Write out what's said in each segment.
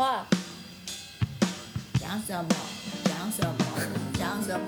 话，讲什么？讲什么？讲什么？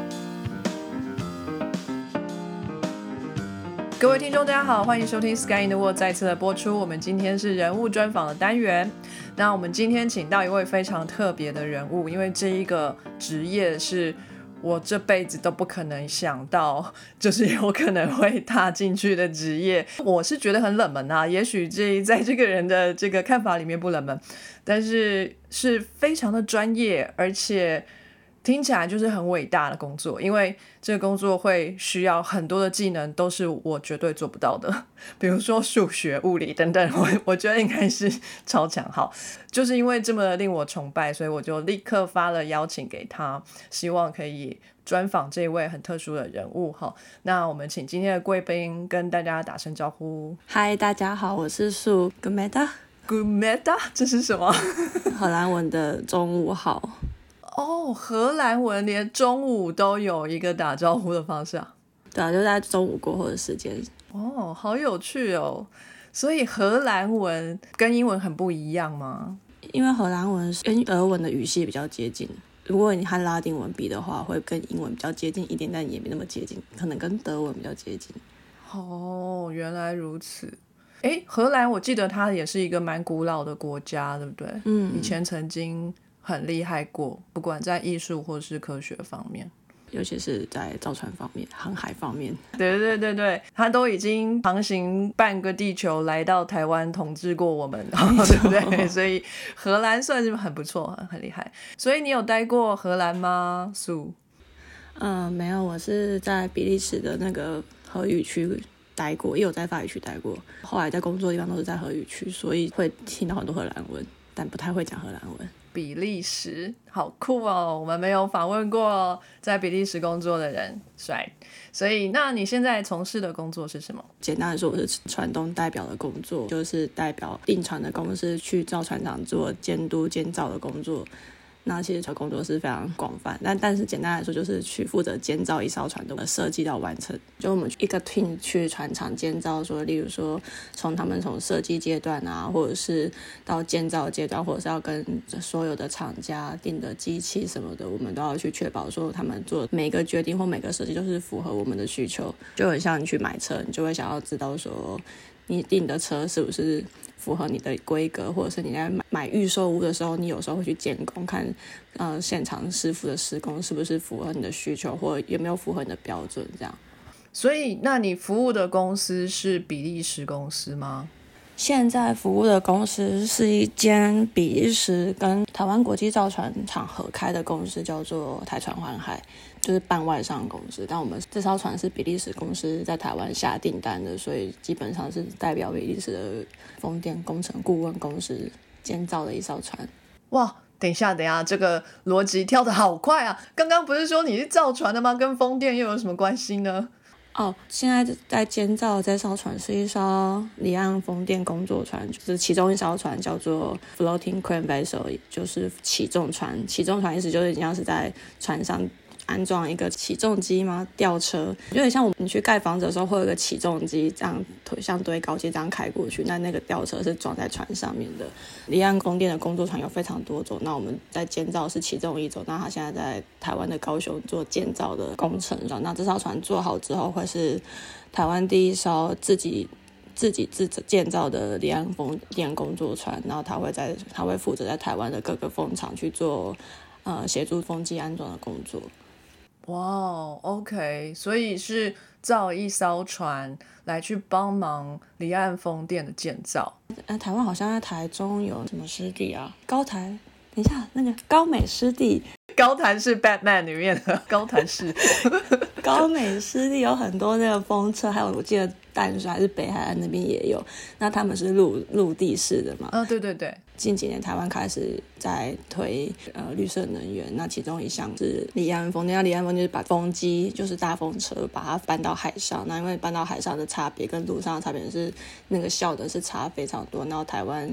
各位听众大家好，欢迎收听 Sky in the World 再次的播出。我们今天是人物专访的单元，那我们今天请到一位非常特别的人物，因为这一个职业是我这辈子都不可能想到就是有可能会踏进去的职业。我是觉得很冷门啊，也许在这个人的这个看法里面不冷门，但是是非常的专业，而且听起来就是很伟大的工作，因为这个工作会需要很多的技能，都是我绝对做不到的，比如说数学、物理等等，我觉得应该是超强。好，就是因为这么令我崇拜，所以我就立刻发了邀请给他，希望可以专访这位很特殊的人物。好，那我们请今天的贵宾跟大家打声招呼。 嗨，大家好，我是素 Goedemiddag， 这是什么？ 荷兰文的中午好。 哦，荷兰文连中午都有一个打招呼的方式啊？ 对啊，就在中午过后的时间。 哦，好有趣哦！所以荷兰文跟英文很不一样吗？ 因为荷兰文跟俄文的语系比较接近，如果你和拉丁文比的话，会跟英文比较接近一点，但也没那么接近，可能跟德文比较接近。 哦，原来如此。诶，荷兰我记得它也是一个蛮古老的国家，对不对？以前曾经很厉害过，不管在艺术或是科学方面， 尤其是在造船方面、航海方面。 对，他都已经航行半个地球来到台湾统治过我们，对不对？所以荷兰算是很不错，很厉害。所以你有待过荷兰吗，苏？ 没有，我是在比利时的那个荷语区待过，也有在法语区待过。后来在工作的地方都是在荷语区，所以会听到很多荷兰文，但不太会讲荷兰文。 比利时好酷哦，我们没有访问过在比利时工作的人，帅。所以那你现在从事的工作是什么？ 简单的说，我是船东代表的工作，就是代表订船的公司去造船厂做监督监造的工作。那其实这工作是非常广泛，但是简单来说就是去负责监造一艘船的设计到完成。就我们一个 team 去船厂监造，说例如说从设计阶段啊，或者是到建造阶段，或者是要跟所有的厂家订的机器什么的，我们都要去确保说他们做每个决定或每个设计都是符合我们的需求。就很像你去买车，你就会想要知道说你订的车是不是符合你的规格，或者是你在买预售屋的时候，你有时候会去监工看现场师傅的施工是不是符合你的需求，或有没有符合你的标准这样。 所以那你服务的公司是比利时公司吗？ 现在服务的公司是一间比利时跟台湾国际造船厂合开的公司，叫做台船环海，就是半外商公司。但我们这艘船是比利时公司在台湾下订单的，所以基本上是代表比利时的风电工程顾问公司建造的一艘船。 哇，等一下，这个逻辑跳得好快啊！刚刚不是说你是造船的吗？跟风电又有什么关系呢？ 现在在建造的这艘船是一艘离岸风电工作船，就是其中一艘船叫做 Floating Crane Vessel， 就是起重船。起重船意思就是像是在船上安装一个起重机吗？吊车，有点像我们去盖房子的时候会有一个起重机，这样像堆高机这样开过去，那个吊车是装在船上面的。离岸风电的工作船有非常多种，那我们在建造是其中一种，那它现在在台湾的高雄做建造的工程。那这艘船做好之后会是台湾第一艘自己建造的离岸风电工作船，然后它会负责在台湾的各个风场去做协助风机安装的工作。 哇 OK， 所以是造一艘船来去帮忙离岸风电的建造。 台湾好像在台中有什么湿地啊？高台，等一下，那个高美湿地， 高潭是 Batman 里面的高潭市。 高美湿地有很多那个风车，还有我记得淡水还是北海岸那边也有。那他们是陆地式的嘛？ 对。 近几年台湾开始在推绿色能源，那其中一项是离岸风电。那离岸风就是把风机，就是大风车，把它搬到海上。那因为搬到海上的差别跟陆上的差别是那个效能是差非常多。然后台湾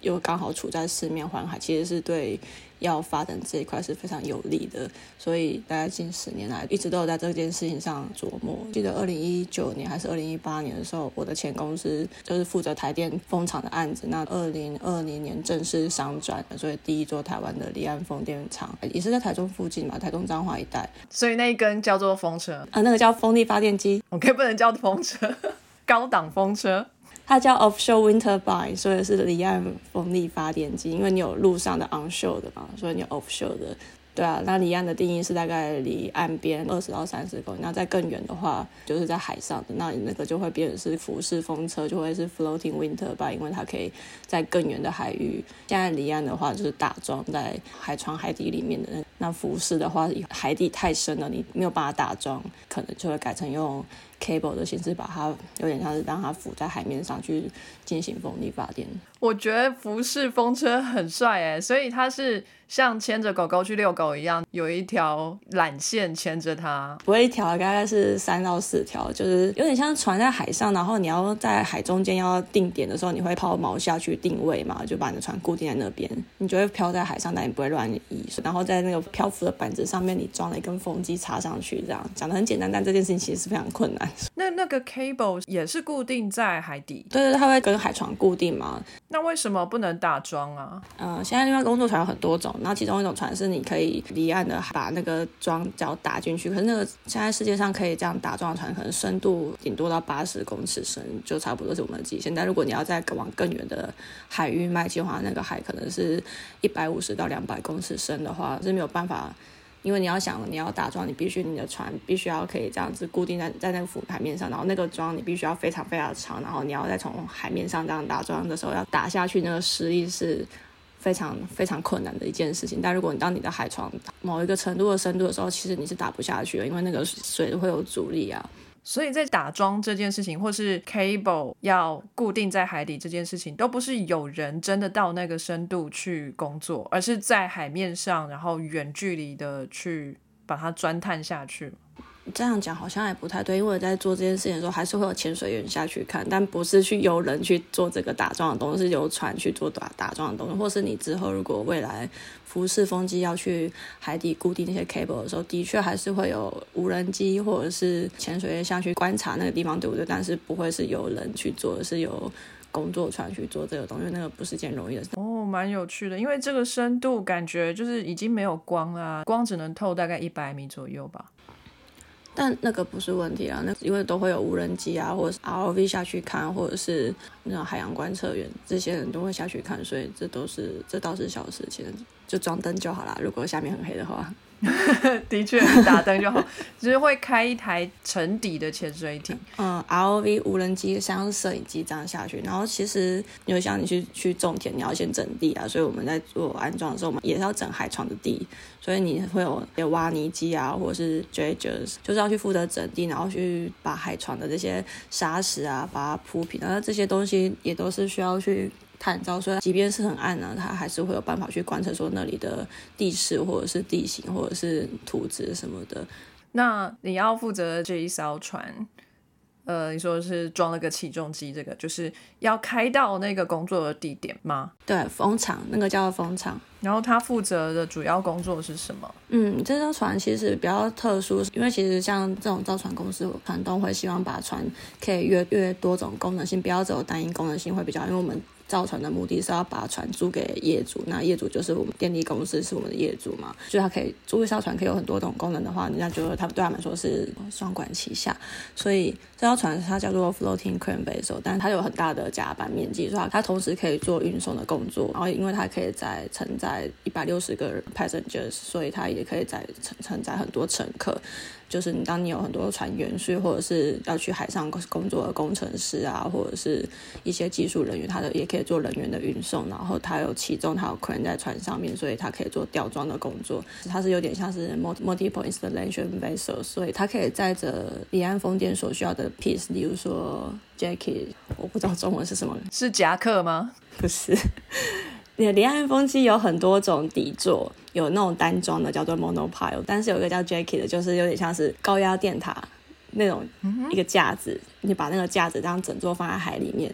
又刚好处在四面环海，其实是对要发展这一块是非常有利的，所以大概近10年来一直都有在这件事情上琢磨。记得2019年还是2018年的时候，我的前公司就是负责台电风场的案子，那2020年正式商转，所以第一座台湾的离岸风电场也是在台中附近嘛，台中彰化一带。 所以那一根叫做风车那个叫风力发电机 ，OK， 不能叫风车，高档风车。 它叫 offshore wind turbine， 所以是离岸风力发电机，因为你有陆上的 onshore 的嘛，所以你有 offshore 的。对啊，那离岸的定义是大概离岸边20到30公里，那再更远的话就是在海上的，那个就会变成是浮式风车，就会是 floating wind turbine， 因为它可以在更远的海域。现在离岸的话就是打桩在海床海底里面的，那浮式的话海底太深了，你没有办法打桩，可能就会改成用 cable 的形式，把它有点像是让它浮在海面上去进行风力发电。 我觉得浮式风车很帅耶，所以它是像牵着狗狗去遛狗一样，有一条缆线牵着它。 不会一条，大概是3到4条，就是有点像船在海上，然后你要在海中间要定点的时候，你会抛锚下去定位嘛，就把你的船固定在那边，你就会飘在海上，但你不会乱移。然后在那个漂浮的板子上面，你装了一根风机插上去，这样讲得很简单，但这件事情其实是非常困难。 那个 cable 也是固定在海底？ 对，它会跟海床固定嘛。 那为什么不能打桩啊？ 现在另外工作船有很多种，那其中一种船是你可以离岸的把那个桩脚打进去，可是那个现在世界上可以这样打桩的船，可能深度顶多到80公尺深，就差不多是我们的极限。但如果你要再往更远的海域迈进的话，那个海可能是150到200公尺深的话，是没有办法。因为你要想你要打桩，你的船必须要可以这样子固定在那个浮海面上，然后那个桩你必须要非常非常长，然后你要再从海面上这样打桩的时候要打下去，那个实力是非常非常困难的一件事情。但如果当你的海床某一个程度的深度的时候，其实你是打不下去的，因为那个水会有阻力啊。 所以在打桩这件事情，或是 cable 要固定在海底这件事情，都不是有人真的到那个深度去工作，而是在海面上，然后远距离的去把它钻探下去。 这样讲好像也不太对，因为我在做这件事情的时候还是会有潜水员下去看，但不是去由人去做这个打桩的东西，是由船去做打桩的东西。或是你之后如果未来浮式风机要去海底固定那些 cable 的时候，的确还是会有无人机或者是潜水员下去观察那个地方，对不对？但是不会是由人去做，是由工作船去做这个东西，那个不是件容易的事。 蛮有趣的，因为这个深度感觉就是已经没有光啦，光只能透大概100米左右吧。 但那个不是问题啊，那因为都会有无人机啊，或者是 ROV 下去看，或者是那种海洋观测员，这些人都会下去看，所以这倒是小事情，就装灯就好啦。如果下面很黑的话。 的确打灯就好，就是会开一台沉底的潜水艇 ROV 无人机像摄影机这样下去，然后其实因为像你去种田你要先整地啊，所以我们在做安装的时候我们也是要整海床的地，所以你会有挖泥机啊或者是 dredgers， 就是要去负责整地，然后去把海床的这些沙石啊把它铺平，然后这些东西也都是需要去探照，所以即便是很暗呢，它还是会有办法去观测说那里的地势或者是地形或者是土质什么的。 那你要负责这一艘船，你说是装了个起重机，这个就是要开到那个工作的地点吗？ 对，风场，那个叫风场。 然后他负责的主要工作是什么？ 这艘船其实比较特殊，因为其实像这种造船公司，船东会希望把船可以越多种功能性，不要只有单一功能性会比较好，因为我们造船的目的是要把船租给业主，那业主就是我们电力公司是我们的业主嘛，所以他可以租一艘船可以有很多种功能的话，人家觉得他对他们说是双管齐下，所以这艘船它叫做 floating crane vessel， 但它有很大的甲板面积，所以它同时可以做运送的工作，然后因为它可以承载160个 passengers， 所以它也可以承载很多乘客。就是当你有很多船员，或者是要去海上工作的工程师啊，或者是一些技术人员，他也可以做人员的运送，然后他有起重，他有 crane 在船上面，所以他可以做吊装的工作。它是有点像是 multiple installation vessel， 所以它可以载着离岸风电所需要的 piece， 例如说 jacket， 我不知道中文是什么， 是夹克吗？ 不是。离岸风机有很多种底座，有那种单装的叫做 monopile， 但是有一个叫 jacket 的，就是有点像是高压电塔那种一个架子，你把那个架子这样整座放在海里面，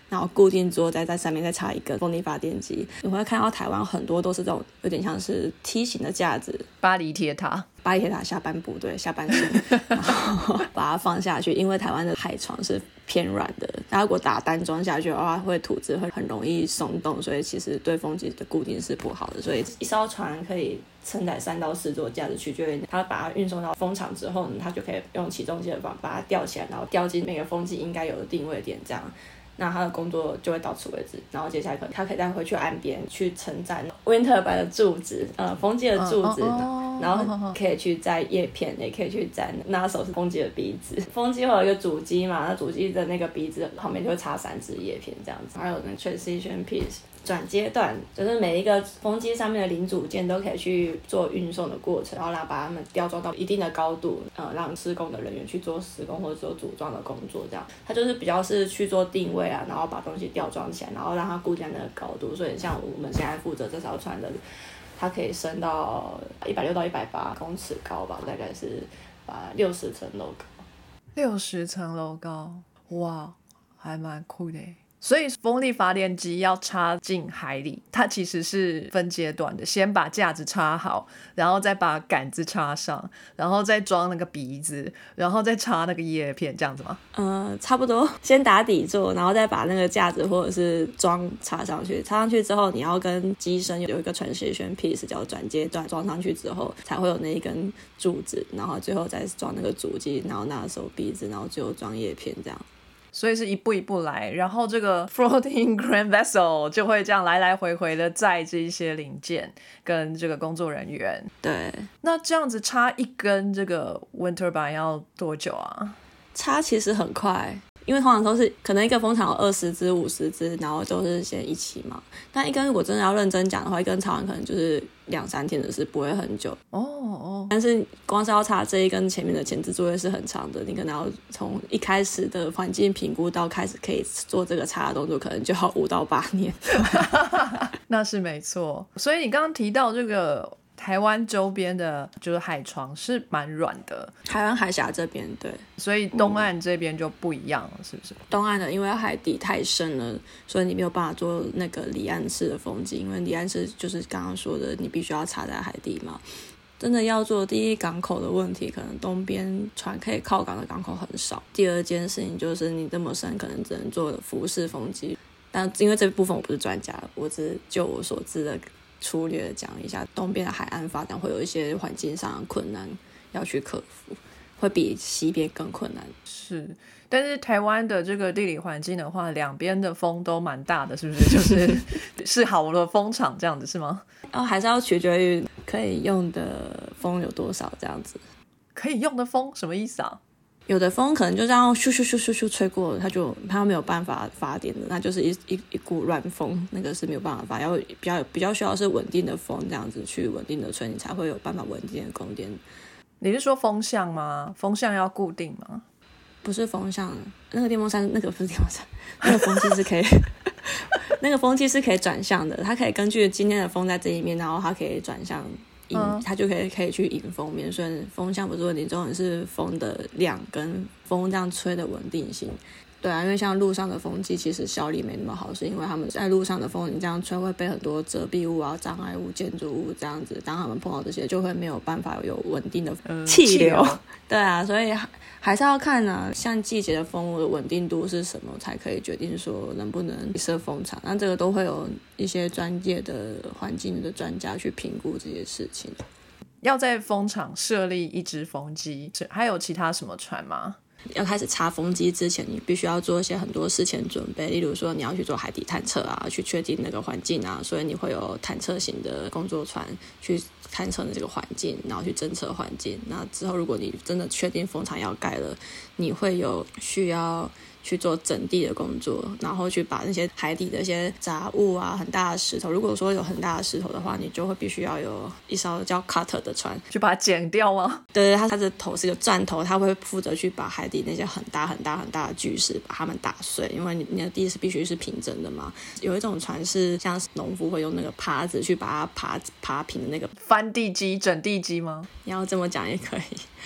然后固定之后再在上面再插一根风力发电机。你会看到台湾很多都是这种有点像是梯形的架子， 巴黎铁塔下半部，对，下半身然后把它放下去，因为台湾的海床是偏软的，那如果打单装下去的话，会土质会很容易松动，所以其实对风机的固定是不好的。所以一艘船可以承载3到4座架子，取决于它把它运送到风场之后呢，它就可以用起重机的方法把它吊起来，然后吊进每个风机应该有的定位点，这样那他的工作就会到此为止，然后接下来可能他可以再回去岸边去承载 wind turbine 的柱子，风机的柱子，然后可以去载叶片，也可以去载那手是风机的鼻子。风机会有一个主机嘛，那主机的那个鼻子旁边就会插3支叶片这样子，还有那 transition piece。转阶段就是每一个风机上面的零组件都可以去做运送的过程，然后把它们吊装到一定的高度，让施工的人员去做施工或者做组装的工作，这样它就是比较是去做定位啊，然后把东西吊装起来，然后让它固定在那个高度。所以像我们现在负责这艘船的，它可以升到160到180公尺高吧，大概是60层楼高。 60层楼高，哇，还蛮酷的耶。所以风力发电机要插进海里，它其实是分阶段的，先把架子插好，然后再把杆子插上，然后再装那个鼻子，然后再插那个叶片，这样子吗？ 差不多，先打底座，然后再把那个架子或者是桩插上去，插上去之后你要跟机身有一个 transition piece 叫转阶段，装上去之后才会有那一根柱子，然后最后再装那个主机，然后那手鼻子，然后最后装叶片这样。 所以是一步一步来，然后这个 floating crane vessel 就会这样来来回回的载这一些零件跟这个工作人员。 对， 那这样子插一根这个 wind turbine 要多久啊？ 插其实很快，因为通常都是可能一个风场有20支50支，然后都是先一起嘛。但一根如果真的要认真讲的话，一根插完可能就是2-3天的事，不会很久。但是光是要插这一根前面的前置作业是很长的，你可能要从一开始的环境评估到开始可以做这个插的动作，可能就要5到8年。 那是没错。所以你刚刚提到这个台湾周边的就是海床是蛮软的， 台湾海峡这边对， 所以东岸这边就不一样了，是不是？ 东岸的因为海底太深了，所以你没有办法做那个离岸式的风机，因为离岸式就是刚刚说的你必须要插在海底嘛。真的要做第一港口的问题，可能东边船可以靠港的港口很少。第二件事情就是你这么深可能只能做浮式风机，但因为这部分我不是专家，我只是就我所知的粗略的讲一下，东边的海岸发展会有一些环境上的困难要去克服，会比西边更困难。 是，但是台湾的这个地理环境的话，两边的风都蛮大的，是不是？就是是好的风场这样子是吗？ 还是要取决于可以用的风有多少这样子。 可以用的风什么意思啊？ 有的风可能就这样咻咻咻咻咻吹过了，它没有办法发电的，它就是一股乱风，那个是没有办法发，要比较需要是稳定的风这样子去稳定的吹，你才会有办法稳定的供电。 你是说风向吗？风向要固定吗？ 不是风向，那个电风扇，那个不是电风扇，那个风机是可以那个风机是可以转向的，它可以根据今天的风在这一面，然后它可以转向它就可以去迎风面，所以风向不是问题，重点是风的量跟风这样吹的稳定性。对啊，因为像路上的风机其实效力没那么好，是因为他们在路上的风你这样吹会被很多遮蔽物啊、障碍物、建筑物这样子，当他们碰到这些就会没有办法有稳定的气流。对啊，所以还是要看啊，像季节的风的稳定度是什么，才可以决定说能不能设风场。那这个都会有一些专业的环境的专家去评估这些事情。 要在风场设立一支风机，还有其他什么船吗？ 要开始插风机之前，你必须要做一些很多事前准备，例如说你要去做海底探测啊，去确定那个环境啊，所以你会有探测型的工作船去探测这个环境，然后去侦测环境。那之后如果你真的确定风场要盖了，你会有需要去做整地的工作，然后去把那些海底的一些杂物啊、很大的石头，如果说有很大的石头的话，你就会必须要有一艘叫 cutter 的船去把它剪掉吗？ 对，它的头是一个钻头，它会负责去把海底那些很大很大很大的巨石把它们打碎，因为你的地是必须是平整的嘛。有一种船是像农夫会用那个耙子去把它爬平的那个翻地机、整地机吗？ 你要这么讲也可以。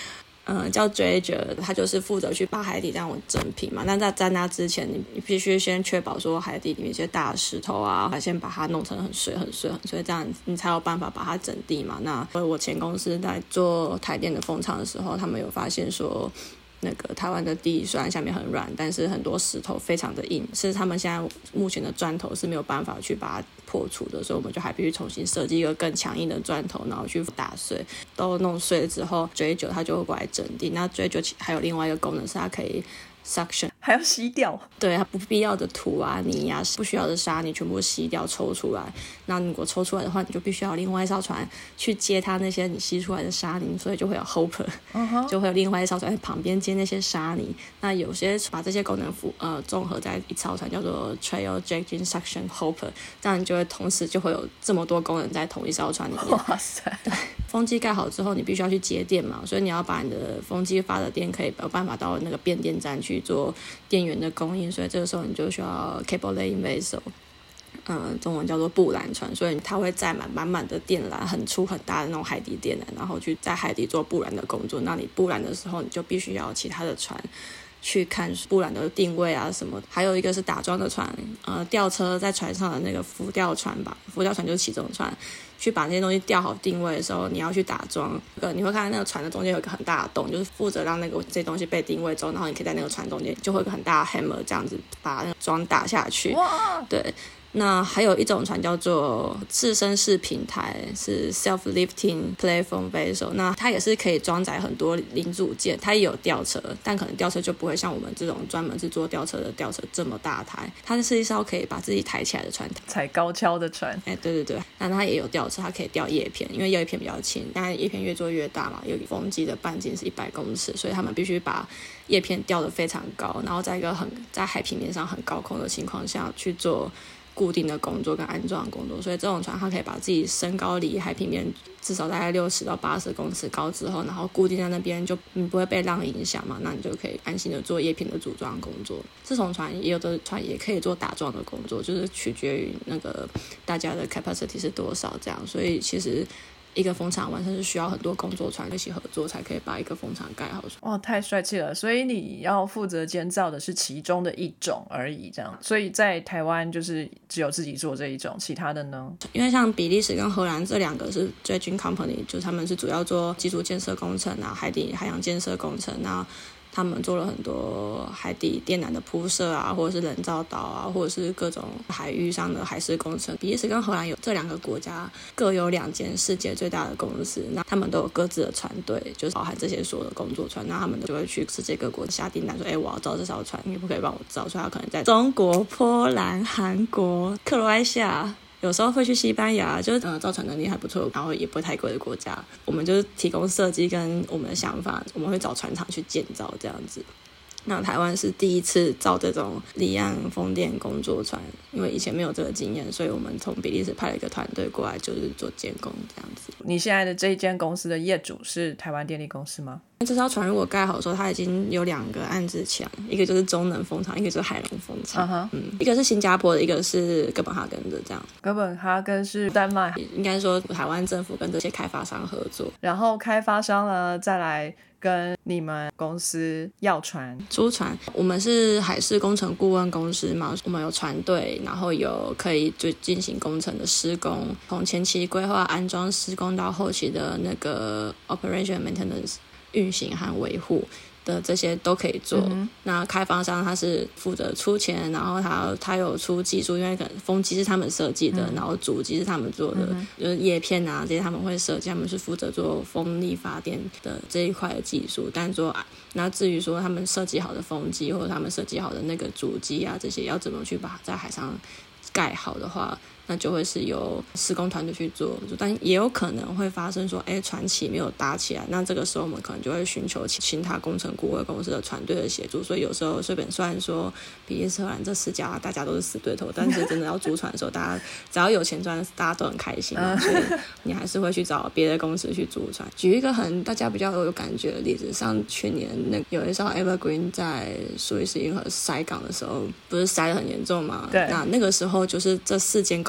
叫 Dredger， 他就是负责去把海底这样整平嘛。那在那之前，你必须先确保说海底里面一些大石头啊，先把它弄成很碎，这样你才有办法把它整地嘛。那我前公司在做台电的风场的时候，他们有发现说，那个台湾的地虽然下面很软，但是很多石头非常的硬，是他们现在目前的砖头是没有办法去把它破除的，所以我们就还必须重新设计一个更强硬的砖头，然后去打碎，都弄碎了之后，Dredger它就会过来整地。那Dredger还有另外一个功能是它可以suction， 还要吸掉， 对，它不必要的土啊泥啊不需要的沙泥全部吸掉抽出来。那如果抽出来的话，你就必须要另外一艘船去接它那些你吸出来的沙泥，所以就会有 hopper，就会有另外一艘船在旁边接那些沙泥。那有些把这些功能综合在一艘船叫做 Trail Dredging Suction Hopper， 这样你就会同时就会有这么多功能在同一艘船里面。 哇塞！ 对，风机盖好之后，你必须要去接电嘛，所以你要把你的风机发的电可以有办法到那个变电站去做电源的供应，所以这个时候你就需要 cable laying vessel，中文叫做布缆船，所以它会载满的电缆，很粗很大的那种海底电缆，然后去在海底做布缆的工作。那你布缆的时候，你就必须要其他的船去看布缆的定位啊什么。还有一个是打桩的船，吊车在船上的那个浮吊船吧，浮吊船就是起重船，去把那些东西吊好定位的时候，你要去打桩。你会看到那个船的中间有一个很大的洞，就是负责让这些东西被定位之后，然后你可以在那个船中间就会有一个很大的 hammer 这样子把那个桩打下去。 哇， 对。那还有一种船叫做自身式平台，是 self-lifting platform vessel， 那它也是可以装载很多零组件，它也有吊车，但可能吊车就不会像我们这种专门是做吊车的吊车这么大台，它是一艘可以把自己抬起来的船， 踩高跷的船。 对，但它也有吊车，它可以吊叶片，因为叶片比较轻，当然叶片越做越大嘛，有风机的半径是100公尺，所以他们必须把叶片吊得非常高，然后在海平面上很高空的情况下去做固定的工作跟安装的工作。所以这种船它可以把自己升高离海平面至少大概60到80公尺高之后，然后固定在那边，就你不会被浪影响嘛，那你就可以安心的做叶片的组装工作。这种船也有的船也可以做打桩的工作，就是取决于那个大家的 capacity 是多少这样。所以其实一个风场完全是需要很多工作船一起合作才可以把一个风场盖好。 哇，太帅气了！所以你要负责建造的是其中的一种而已，这样。所以在台湾就是只有自己做这一种，其他的呢？ 因为像比利时跟荷兰这两个是 dredging company， 就是他们是主要做基础建设工程啊，海洋建设工程啊。他们做了很多海底电缆的铺设啊，或者是人造岛啊，或者是各种海域上的海事工程。比利时跟荷兰有这两个国家各有2间世界最大的公司，那他们都有各自的船队，就是包含这些所有的工作船，那他们就会去世界各国下订单，说我要造这艘船，你不可以帮我造，所以他可能在中国、波兰、韩国、克罗埃西亚，有时候会去西班牙，就是造船能力还不错，然后也不会太贵的国家。我们就是提供设计跟我们的想法，我们会找船厂去建造这样子。那台湾是第一次造这种离岸风电工作船，因为以前没有这个经验，所以我们从比利时派了一个团队过来，就是做监工这样子。 你现在的这一间公司的业主是台湾电力公司吗？ 这艘船如果盖好的时候，它已经有2个案子墙，一个就是中能风场，一个就是海龙风场。一个是新加坡的，一个是哥本哈根的这样。 哥本哈根是丹麦， 应该说台湾政府跟这些开发商合作， 然后开发商呢再来跟你们公司要船租船。我们是海事工程顾问公司嘛，我们有船队，然后有可以就进行工程的施工，从前期规划安装施工到后期的那个 operation maintenance 运行和维护的这些都可以做。那开发商他是负责出钱，然后他有出技术，因为可能风机是他们设计的，然后主机是他们做的，就是叶片啊这些他们会设计，他们是负责做风力发电的这一块的技术。但说那至于说他们设计好的风机或者他们设计好的那个主机啊这些要怎么去把它在海上盖好的话，那就会是由施工团队去做。但也有可能会发生说船期没有搭起来，那这个时候我们可能就会寻求其他工程顾问公司的团队的协助。所以有时候虽然说比利时荷兰这4家大家都是死对头，但是真的要租船的时候大家只要有钱赚大家都很开心所以你还是会去找别的公司去租船。举一个大家比较有感觉的例子，像去年有一艘 Evergreen 在苏伊士运河塞港的时候，不是塞得很严重吗？ 对， 那个时候就是这4间公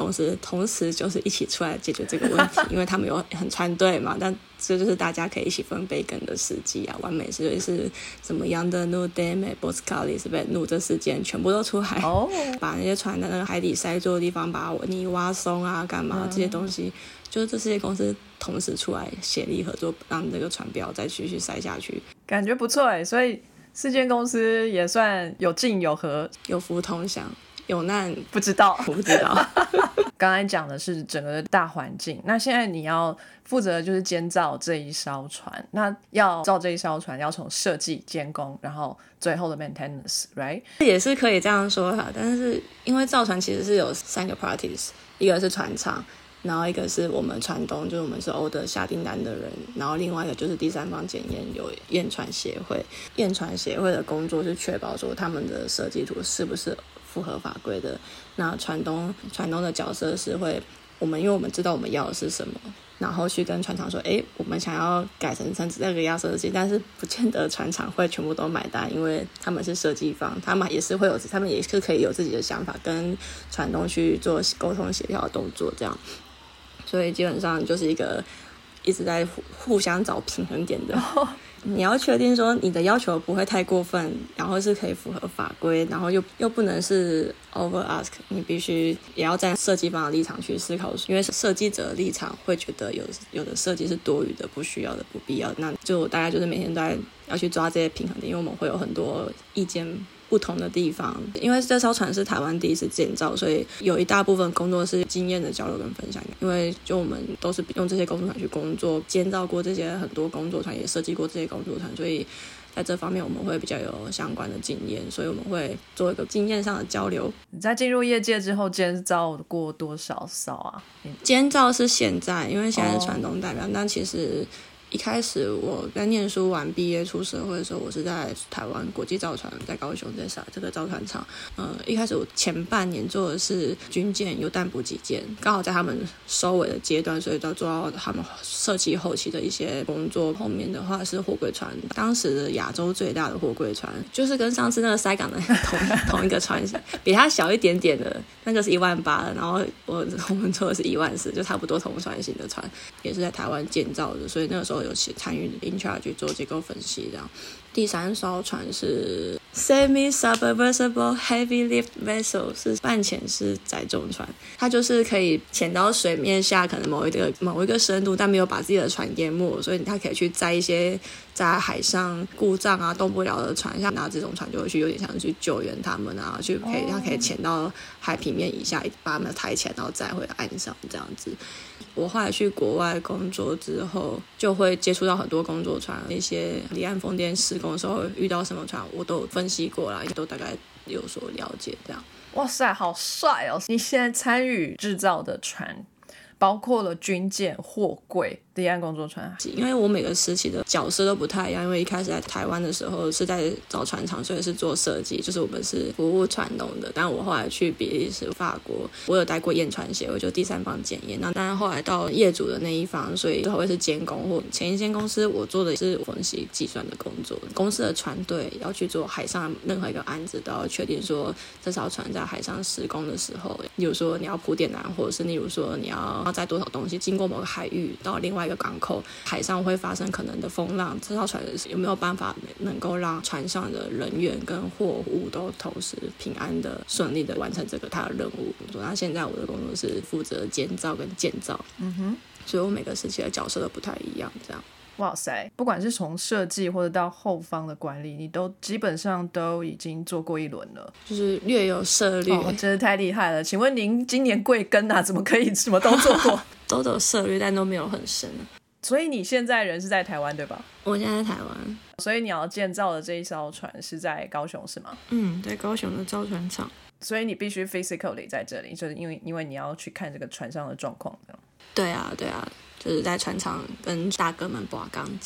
同时就是一起出来解决这个问题，因为他们有很团队嘛，但这就是大家可以一起分杯羹的时机啊。完美是什么样的怒 dam Boscali 是被怒这事件全部都出海，把那些船的那个海底塞住的地方把泥挖松啊干嘛这些东西，就是这些公司同时出来协力合作，让这个船不要再继续塞下去。 感觉不错所以4间公司也算有进有合， 有福同享，有难不知道我不知道刚才讲的是整个大环境，那现在你要负责就是监造这一艘船，那要造这一艘船要从设计、监工，然后最后的 maintenance right 也是可以这样说啦。但是因为造船其实是有3个 parties， 一个是船厂，然后一个是我们船东，就是我们是order下订单的人，然后另外一个就是第三方检验，有验船协会。验船协会的工作是确保说他们的设计图是不是符合法规的。那船东的角色是会，因为我们知道我们要的是什么，然后去跟船厂说，我们想要改成这个样设计，但是不见得船厂会全部都买单，因为他们是设计方，他们也是可以有自己的想法，跟船东去做沟通协调的动作，这样。所以基本上就是一个一直在互相找平衡点的。你要确定说你的要求不会太过分，然后是可以符合法规，然后又不能是 over ask， 你必须也要站设计方的立场去思考，因为设计者的立场会觉得有的设计是多余的、不需要的、不必要的，那就大概就是每天都在要去抓这些平衡点，因为我们会有很多意见不同的地方。因为这艘船是台湾第一次建造，所以有一大部分工作是经验的交流跟分享，因为就我们都是用这些工作船去工作，建造过这些很多工作船，也设计过这些工作船，所以在这方面我们会比较有相关的经验，所以我们会做一个经验上的交流。 你在进入业界之后监造过多少艘啊？ 监造是现在，因为现在是船东代表，但其实一开始我在念书完毕业出社会的时候，我是在台湾国际造船，在高雄这个造船厂。一开始我前半年做的是军舰、油弹补给舰，刚好在他们收尾的阶段，所以都做到他们设计后期的一些工作。后面的话是货柜船，当时的亚洲最大的货柜船，就是跟上次那个塞港的同一个船，比它小一点点的那个是18000的，然后我们做的是14000，就差不多同船型的船，也是在台湾建造的，所以那个时候有参与 in charge 做结构分析这样。第3艘船是 semi-submersible heavy lift vessel， 是半潜式载重船，它就是可以潜到水面下可能某一个深度，但没有把自己的船淹没，所以它可以去载一些在海上故障啊动不了的船，像拿这种船就会去有点像去救援他们啊，它可以潜到海平面以下，把他们抬起来然后载回岸上这样子。我后来去国外工作之后，就会接触到很多工作船，那些离岸风电施工的时候遇到什么船，我都有分析过啦，也都大概有所了解这样。 哇塞，好帅哦！你现在参与制造的船包括了军舰、货柜、离岸工作船。 因为我每个时期的角色都不太一样，因为一开始在台湾的时候是在造船厂，所以是做设计，就是我们是服务船东的。但我后来去比利时、法国，我有待过验船协会，就第三方检验。那当然后来到业主的那一方，所以就会是监工，或前一间公司我做的是分析计算的工作。公司的船队要去做海上任何一个案子，都要确定说这艘船在海上施工的时候，例如说你要铺电缆，或者是例如说你要载多少东西经过某个海域到另外一个港口，海上会发生可能的风浪，这艘船有没有办法能够让船上的人员跟货物都同时平安的顺利的完成这个他的任务。那现在我的工作是负责监造跟建造，所以我每个时期的角色都不太一样这样。 哇塞，不管是从设计或者到后方的管理，你都基本上都已经做过一轮了， 就是略有涉略。 真是太厉害了。请问您今年贵庚啊？怎么可以什么都做过？ 都有涉略，但都没有很深。 所以你现在人是在台湾对吧？ 我现在在台湾。 所以你要建造的这一艘船是在高雄是吗？ 在高雄的造船厂。 所以你必须 physically 在这里，就是因为你要去看这个船上的状况。 对啊，就是在船厂跟大哥们拔钢筋。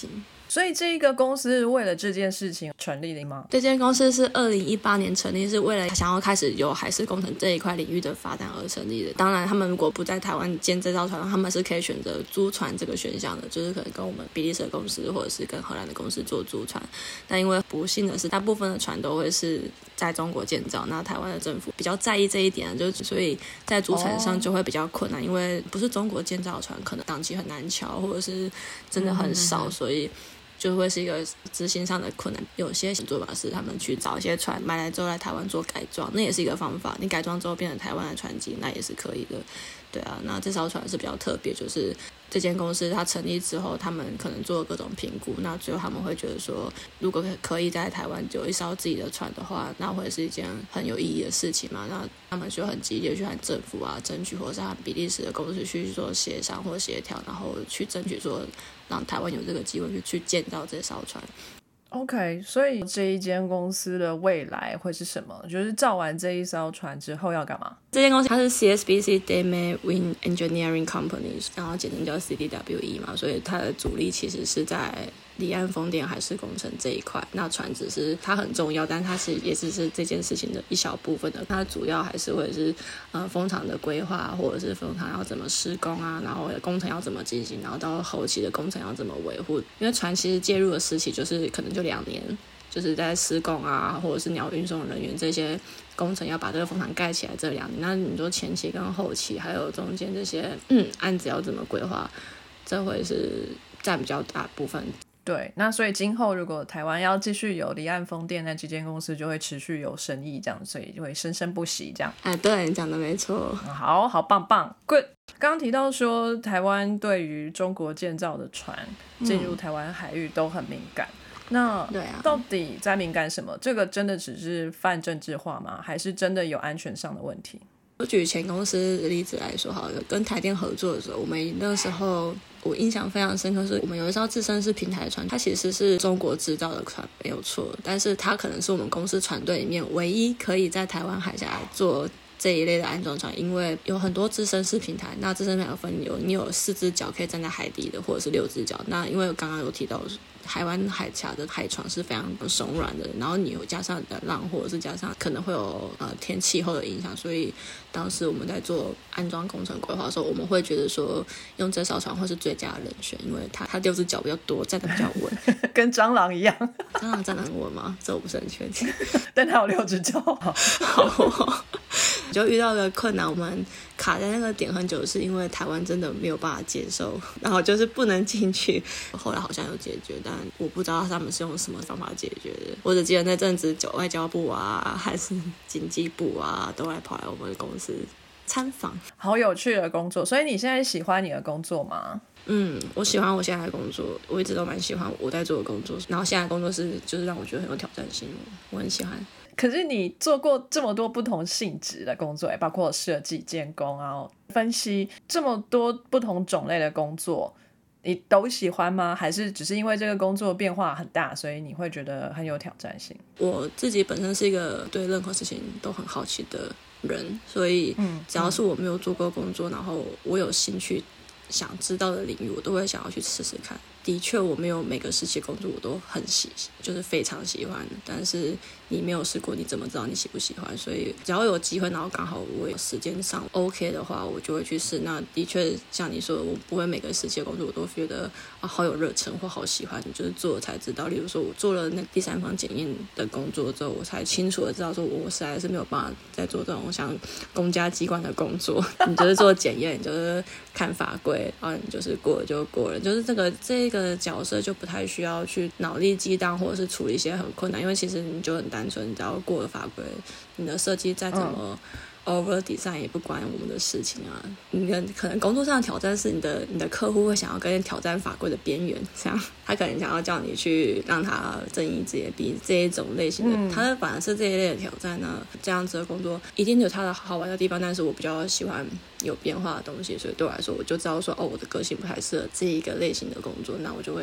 所以这一个公司为了这件事情成立的吗？ 这间公司是2018年成立，是为了想要开始有海事工程这一块领域的发展而成立的。当然他们如果不在台湾建这艘船，他们是可以选择租船这个选项的，就是可能跟我们比利时的公司或者是跟荷兰的公司做租船。但因为不幸的是大部分的船都会是在中国建造，那台湾的政府比较在意这一点，所以在租船上就会比较困难，因为不是中国建造的船可能档期很难瞧，或者是真的很少，所以就会是一个执行上的困难。有些做法是他们去找一些船买来之后来台湾做改装，那也是一个方法，你改装之后变成台湾的船级，那也是可以的。对啊，那这艘船是比较特别，就是这间公司它成立之后，他们可能做了各种评估，那最后他们会觉得说，如果可以在台湾有一艘自己的船的话，那会是一件很有意义的事情嘛。那他们就很积极的去和政府啊争取，或者是和比利时的公司去做协商或协调，然后去争取说让台湾有这个机会去建造这艘船。 OK， 所以这一间公司的未来会是什么？就是造完这一艘船之后要干嘛？ 这间公司它是 CSBC Deme Wind Engineering Company， 然后简称叫 CDWE 嘛，所以它的主力其实是在离岸风电海事工程这一块。那船只是它很重要，但它其实也只是这件事情的一小部分的。它主要还是会是风场的规划，或者是风场要怎么施工啊，然后工程要怎么进行，然后到后期的工程要怎么维护。因为船其实介入的时期就是可能就2年。就是在施工啊，或者是你要运送人员这些工程要把这个风场盖起来这2年，那你说前期跟后期还有中间这些案子要怎么规划，这会是占比较大部分。 对，那所以今后如果台湾要继续有离岸风电，那这间公司就会持续有生意，这样，所以就会生生不息这样。 哎，对，你讲的没错。 好棒棒 ，good。刚刚提到说台湾对于中国建造的船进入台湾海域都很敏感。那到底在敏感什么？这个真的只是泛政治化吗？还是真的有安全上的问题？ 我举前公司的例子来说好了，跟台电合作的时候，我们那时候我印象非常深刻，是我们有一艘自身式平台船，它其实是中国制造的船没有错，但是它可能是我们公司船队里面唯一可以在台湾海峡做这一类的安装船，因为有很多自身式平台，那自身平台分你有4只脚可以站在海底的，或者是6只脚。那因为刚刚有提到台湾海峡的海床是非常松软的，然后你有加上的浪，或者是加上可能会有天气候的影响，所以当时我们在做安装工程规划的时候，我们会觉得说用这艘船会是最佳的人选，因为它6只脚比较多，站得比较稳。 跟蟑螂一样。 蟑螂站得很稳吗？这我不是很确定。 但它有6只脚。 好。就遇到的困难，我们卡在那个点很久，是因为台湾真的没有办法接受，然后就是不能进去。后来好像有解决，但我不知道他们是用什么方法解决的。我只记得那阵子外交部啊，还是经济部啊，都来跑来我们公司参访。 好有趣的工作，所以你现在喜欢你的工作吗？ 我喜欢我现在的工作，我一直都蛮喜欢我在做的工作，然后现在的工作就是让我觉得很有挑战性，我很喜欢。 可是你做过这么多不同性质的工作，包括设计、监工啊、分析，这么多不同种类的工作，你都喜欢吗？还是只是因为这个工作变化很大，所以你会觉得很有挑战性？ 我自己本身是一个对任何事情都很好奇的人，所以只要是我没有做过工作，然后我有兴趣想知道的领域，我都会想要去试试看。的确我没有每个时期工作我都就是非常喜欢，但是你没有试过你怎么知道你喜不喜欢？所以只要有机会，然后刚好我有时间上 OK 的话，我就会去试。那的确像你说的，我不会每个时期的工作我都觉得好有热忱或好喜欢，就是做了才知道。例如说我做了那第三方检验的工作之后，我才清楚的知道说我实在是没有办法再做这种像公家机关的工作。你就是做检验，你就是看法规，然后你就是过了就过了，就是这个角色就不太需要去脑力激荡或者是处理一些很困难，因为其实你就很单纯，你只要过了法规，你的设计再怎么over design 也不关我们的事情啊。你的可能工作上的挑战是你的客户会想要跟你挑战法规的边缘，这样他可能想要叫你去让他睁一只眼闭一只这一种类型的，他反而是这一类的挑战呢。这样子的工作一定有它的好玩的地方，但是我比较喜欢有变化的东西，所以对我来说我就知道说我的个性不太适合这一个类型的工作，那我就会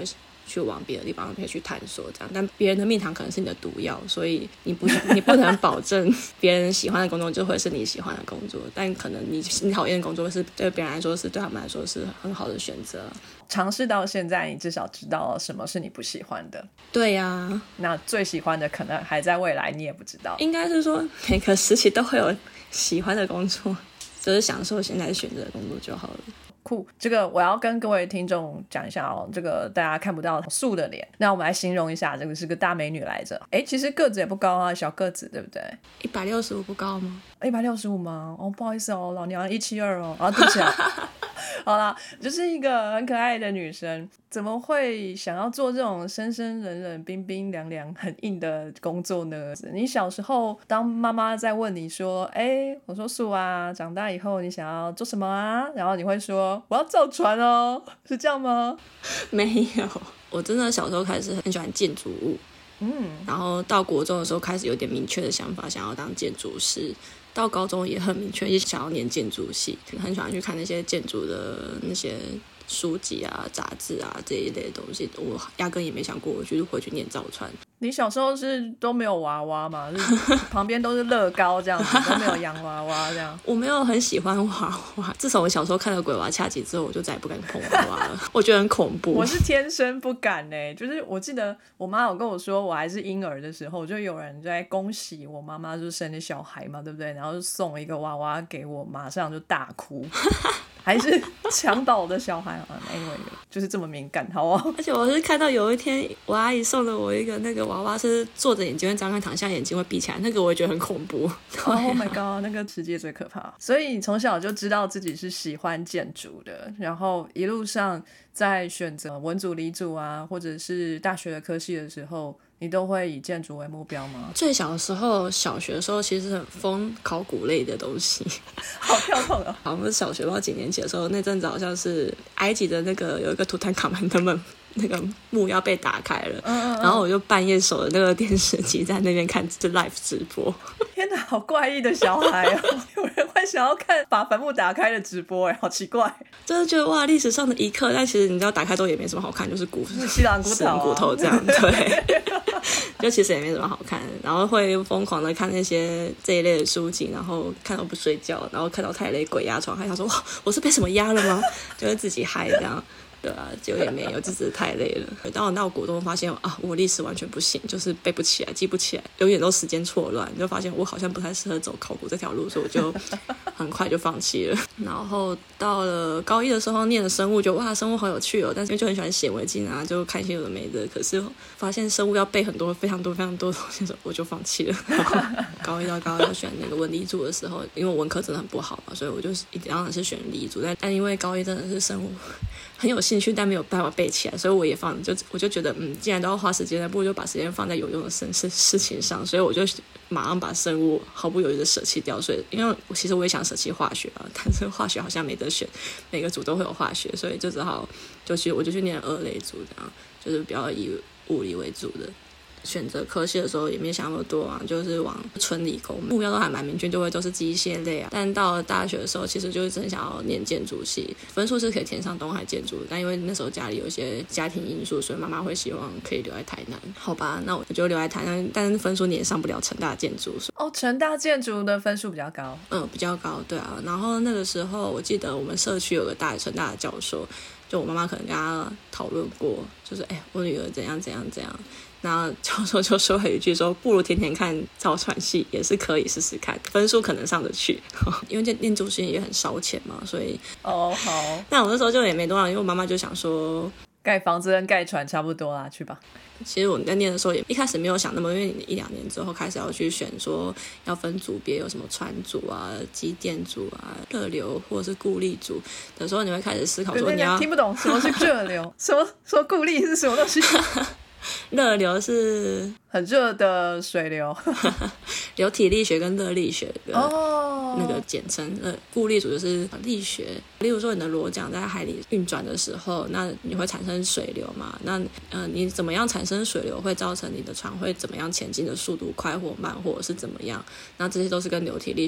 去往别的地方可以去探索这样。但别人的蜜糖可能是你的毒药，所以你不能保证别人喜欢的工作就会是你喜欢的工作，但可能你讨厌的工作是对别人来说是对他们来说是很好的选择。 尝试到现在，你至少知道什么是你不喜欢的。 对呀， 那最喜欢的可能还在未来，你也不知道。 应该是说每个时期都会有喜欢的工作，就是享受现在选择的工作就好了。 酷，这个我要跟各位听众讲一下哦，这个大家看不到素的脸，那我们来形容一下，这个是个大美女来着。其实个子也不高啊，小个子对不对 ？165不高吗 ？165吗？哦，不好意思哦，老娘172哦，对不起啊。好啦，就是一个很可爱的女生，怎么会想要做这种生生冷冷冰冰凉凉很硬的工作呢？你小时候当妈妈在问你说我说素啊，长大以后你想要做什么啊？然后你会说我要造船哦，是这样吗？ 没有，我真的小时候开始很喜欢建筑物，然后到国中的时候开始有点明确的想法，想要当建筑师。到高中也很明确，也想要念建筑系，很喜欢去看那些建筑的那些书籍啊、杂志啊这一类的东西。我压根也没想过我就是回去念造船。 你小时候是都没有娃娃嘛？旁边都是乐高这样子，都没有洋娃娃这样。 我没有很喜欢娃娃，自从我小时候看了鬼娃恰吉之后，我就再也不敢碰娃娃了。我觉得很恐怖。 我是天生不敢就是我记得我妈有跟我说，我还是婴儿的时候，就有人在恭喜我妈妈就生了小孩嘛，对不对？然后就送一个娃娃给我，马上就大哭。还是襁褓的小孩anyway 就是这么敏感，好哦。 而且我是看到有一天我阿姨送了我一个那个娃娃，是坐着眼睛会张开，躺下眼睛会闭起来，那个我也觉得很恐怖。 Oh my god， 那个世界最可怕。所以你从小就知道自己是喜欢建筑的，然后一路上在选择文组理组啊，或者是大学的科系的时候，你都会以建筑为目标吗？ 最小的时候，小学的时候其实很疯考古类的东西。 好跳痛哦。 好像是小学不知道几年级的时候，那阵子好像是埃及的那个有一个图坦卡门的那个墓要被打开了，然后我就半夜守着那个电视机在那边看 live 直播。 天哪，好怪异的小孩哦！有人会想要看把坟墓打开的直播好奇怪。 真的觉得哇，历史上的一刻，但其实你知道打开都也没什么好看，就是西兰骨头这样，对。就其实也没什么好看，然后会疯狂的看那些这一类的书籍，然后看到不睡觉，然后看到太累鬼压床，还想说哇，我是被什么压了吗？就会自己嗨这样。对啊，结果也没有，就只是太累了。当我到国中发现我历史完全不行，就是背不起来，记不起来，永远都时间错乱，就发现我好像不太适合走考古这条路，所以我就很快就放弃了。然后到了高一的时候念了生物，就哇，生物好有趣哦，但是就很喜欢显微镜啊，就看一些有的没的。可是发现生物要背很多非常多非常多的东西，我就放弃了。然后高一到高二选那个文理组的时候，因为我文科真的很不好嘛，所以我就当然是选理组，但因为高一真的是生物很有兴趣，但没有办法背起来，所以我也我就觉得既然都要花时间，不如就把时间放在有用的事情上，所以我就马上把生物毫不犹豫的舍弃掉。所以因为其实我也想舍弃化学啊，但是化学好像没得选，每个组都会有化学，所以就只好我就去念二类组，这样就是比较以物理为主的。选择科系的时候也没想那么多啊，就是往纯理工，目标都还蛮明确，就会都是机械类啊。但到了大学的时候，其实就是真想要念建筑系，分数是可以填上东海建筑，但因为那时候家里有一些家庭因素，所以妈妈会希望可以留在台南。好吧，那我就留在台南，但是分数你也上不了成大建筑。 成大建筑的分数比较高。 比较高，对啊。然后那个时候我记得我们社区有个成大的教授，就我妈妈可能跟他讨论过，就是我女儿怎样怎样怎样。然后教授就说了一句说，不如天天看造船系也是可以试试看，分数可能上得去。因为念筑系也很烧钱嘛，所以好。 但我那时候就也没多少，因为我妈妈就想说盖房子跟盖船差不多啦，去吧。 其实我在念的时候也一开始没有想那么，因为你1-2年之后开始要去选说要分组别，有什么船组啊、机电组啊、热流或者是固力组的时候，你会开始思考说你要听不懂什么是热流，什么固力是什么东西？ 热流是很热的水流， 流体力学跟热力学的那个简称。固力组就是力学，例如说你的螺桨在海里运转的时候，那你会产生水流嘛？那你怎么样产生水流会造成你的船会怎么样前进的速度快或慢，或者是怎么样？那这些都是跟流体力学有关。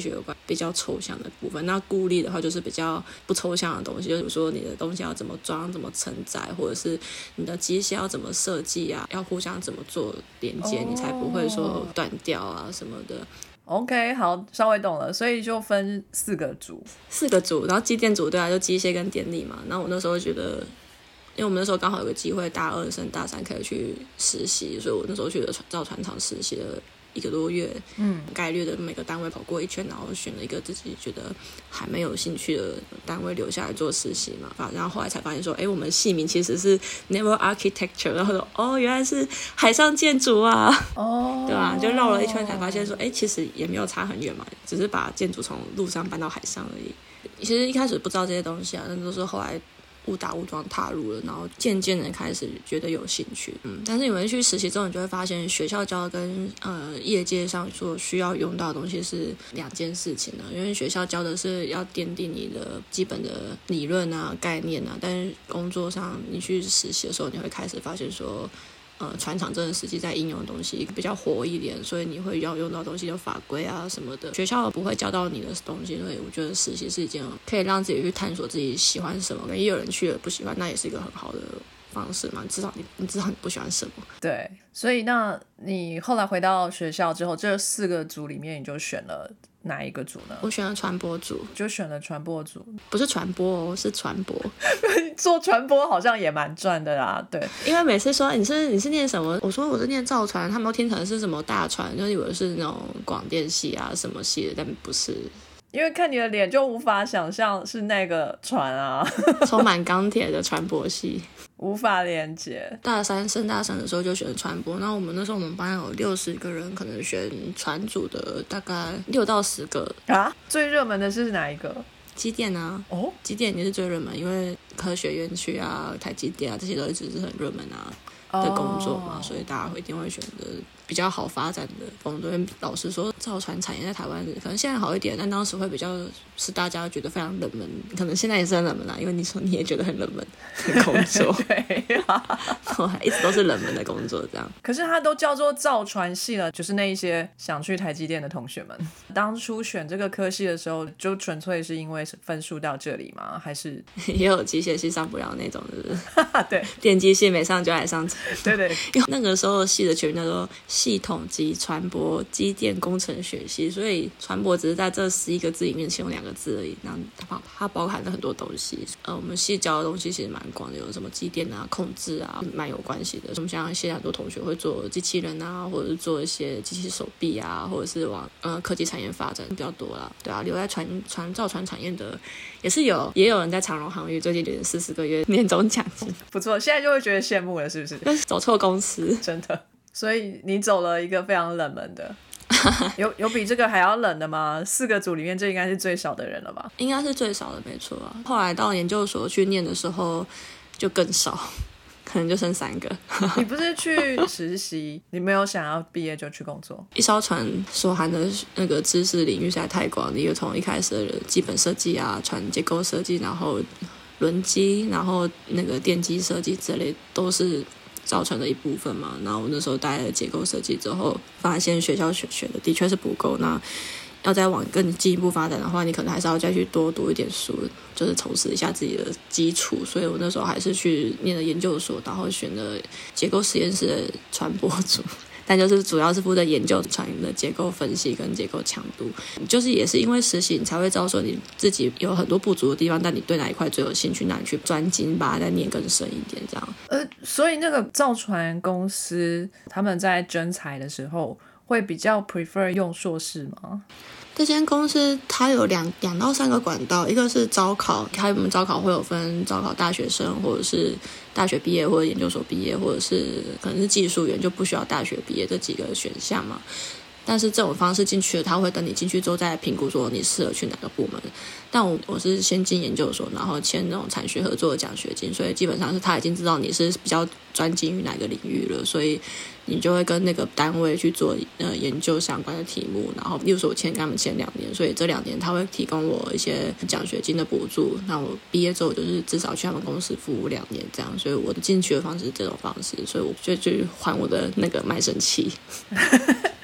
比较抽象的部分。那顾虑的话就是比较不抽象的东西，就比如说你的东西要怎么装怎么承载，或者是你的机械要怎么设计啊，要互相怎么做连接，你才不会说断掉啊什么的。 OK， 好，稍微懂了，所以就分4个组， 然后机电组对啊，就机械跟电力嘛。那我那时候觉得，因为我们那时候刚好有个机会，大2升大3可以去实习，所以我那时候去了造船厂实习了1个多月，概率的每个单位跑过一圈，然后选了一个自己觉得还没有兴趣的单位留下来做实习嘛。然后后来才发现说，我们系名其实是 Naval Architecture， 然后说原来是海上建筑啊，对吧？就绕了一圈才发现说，其实也没有差很远嘛，只是把建筑从陆上搬到海上而已。其实一开始不知道这些东西啊，那都是后来误打误撞踏入了，然后渐渐的开始觉得有兴趣。但是你们去实习之后，你就会发现学校教跟业界上所需要用到的东西是2件事情的。因为学校教的是要奠定你的基本的理论啊、概念啊，但是工作上你去实习的时候，你会开始发现说，船厂真的实际在应用的东西比较活一点，所以你会要用到东西的法规啊什么的，学校不会教到你的东西，所以我觉得实习是一件可以让自己去探索自己喜欢什么，也有人去了不喜欢，那也是一个很好的方式嘛，至少你知道你不喜欢什么。 对，所以那你后来回到学校之后，这4个组里面你就选了哪一个组呢？ 我选了传播组。 就选了传播组。 不是传播是传播做传播好像也蛮赚的啦。对， 因为每次说你是念什么，我说我是念造船，他们都听成是什么大船，就以为是那种广电系啊什么系的，但不是。 因为看你的脸就无法想象是那个船啊充满钢铁的传播系无法连接。 升大3的时候就选传播，那我们那时候我们班有60个人，可能选传组的大概6到10个啊。最热门的是哪一个？ 机电啊。机电也是最热门，因为科学园区啊、台积电啊这些都一直是很热门啊的工作嘛，所以大家一定会选择比较好发展的工作。老实说，造船产业在台湾可能现在好一点，但当时会比较是大家觉得非常冷门，可能现在也是很冷门啦，因为你说你也觉得很冷门的工作对啊一直都是冷门的工作这样。 可是它都叫做造船系了，就是那一些想去台积电的同学们，当初选这个科系的时候就纯粹是因为分数到这里吗？还是也有机械系上不了那种是不是对， 电机系没上就来上对， 因为那个时候系的全名叫做系统及传播机电工程学系，所以传播只是在这11个字里面其中2个字而已，然后它包含了很多东西。我们系教的东西其实蛮广的，有什么机电啊、控制啊，蛮有关系的。我们像现在很多同学会做机器人啊，或者是做一些机器手臂啊，或者是往科技产业发展比较多啦。对啊，留在造船产业的也有人在长荣航运最近连40个月年终奖金， 不错，现在就会觉得羡慕了，是不是？ 走错公司， 真的。所以你走了一个非常冷门的有比这个还要冷的吗？4个组里面这应该是最少的人了吧？ 应该是最少的，没错啊。后来到研究所去念的时候就更少，可能就剩3个你不是去实习，你没有想要毕业就去工作？ 一艘船所含的那个知识领域实在太广，你有从一开始的基本设计啊、船结构设计，然后轮机，然后那个电机设计之类都是造成的一部分嘛。然后我那时候待了结构设计之后，发现学校学的的确是不够，那要再往更进一步发展的话，你可能还是要再去多读一点书，就是充实一下自己的基础。所以我那时候还是去念了研究所，然后选了结构实验室的传播组，但就是主要是负责研究船的结构分析跟结构强度。就是也是因为实习你才会知道说你自己有很多不足的地方，但你对哪一块最有兴趣，那你去专精把它再念更深一点这样。 所以那个造船公司他们在征才的时候会比较 prefer 用硕士吗？ 这间公司它有两到3个管道，一个是招考，还有我们招考会有分招考大学生，或者是大学毕业，或者研究所毕业，或者是可能是技术员就不需要大学毕业这几个选项嘛。但是这种方式进去了，他会等你进去之后再评估说你适合去哪个部门。但我是先进研究所，然后签那种产学合作的奖学金，所以基本上是他已经知道你是比较专精于哪个领域了，所以你就会跟那个单位去做研究相关的题目。然后例如说我跟他们签2年，所以这2年他会提供我一些奖学金的补助，那我毕业之后就是至少去他们公司服务2年这样。所以我的进去的方式是这种方式，所以我就去还我的那个卖身契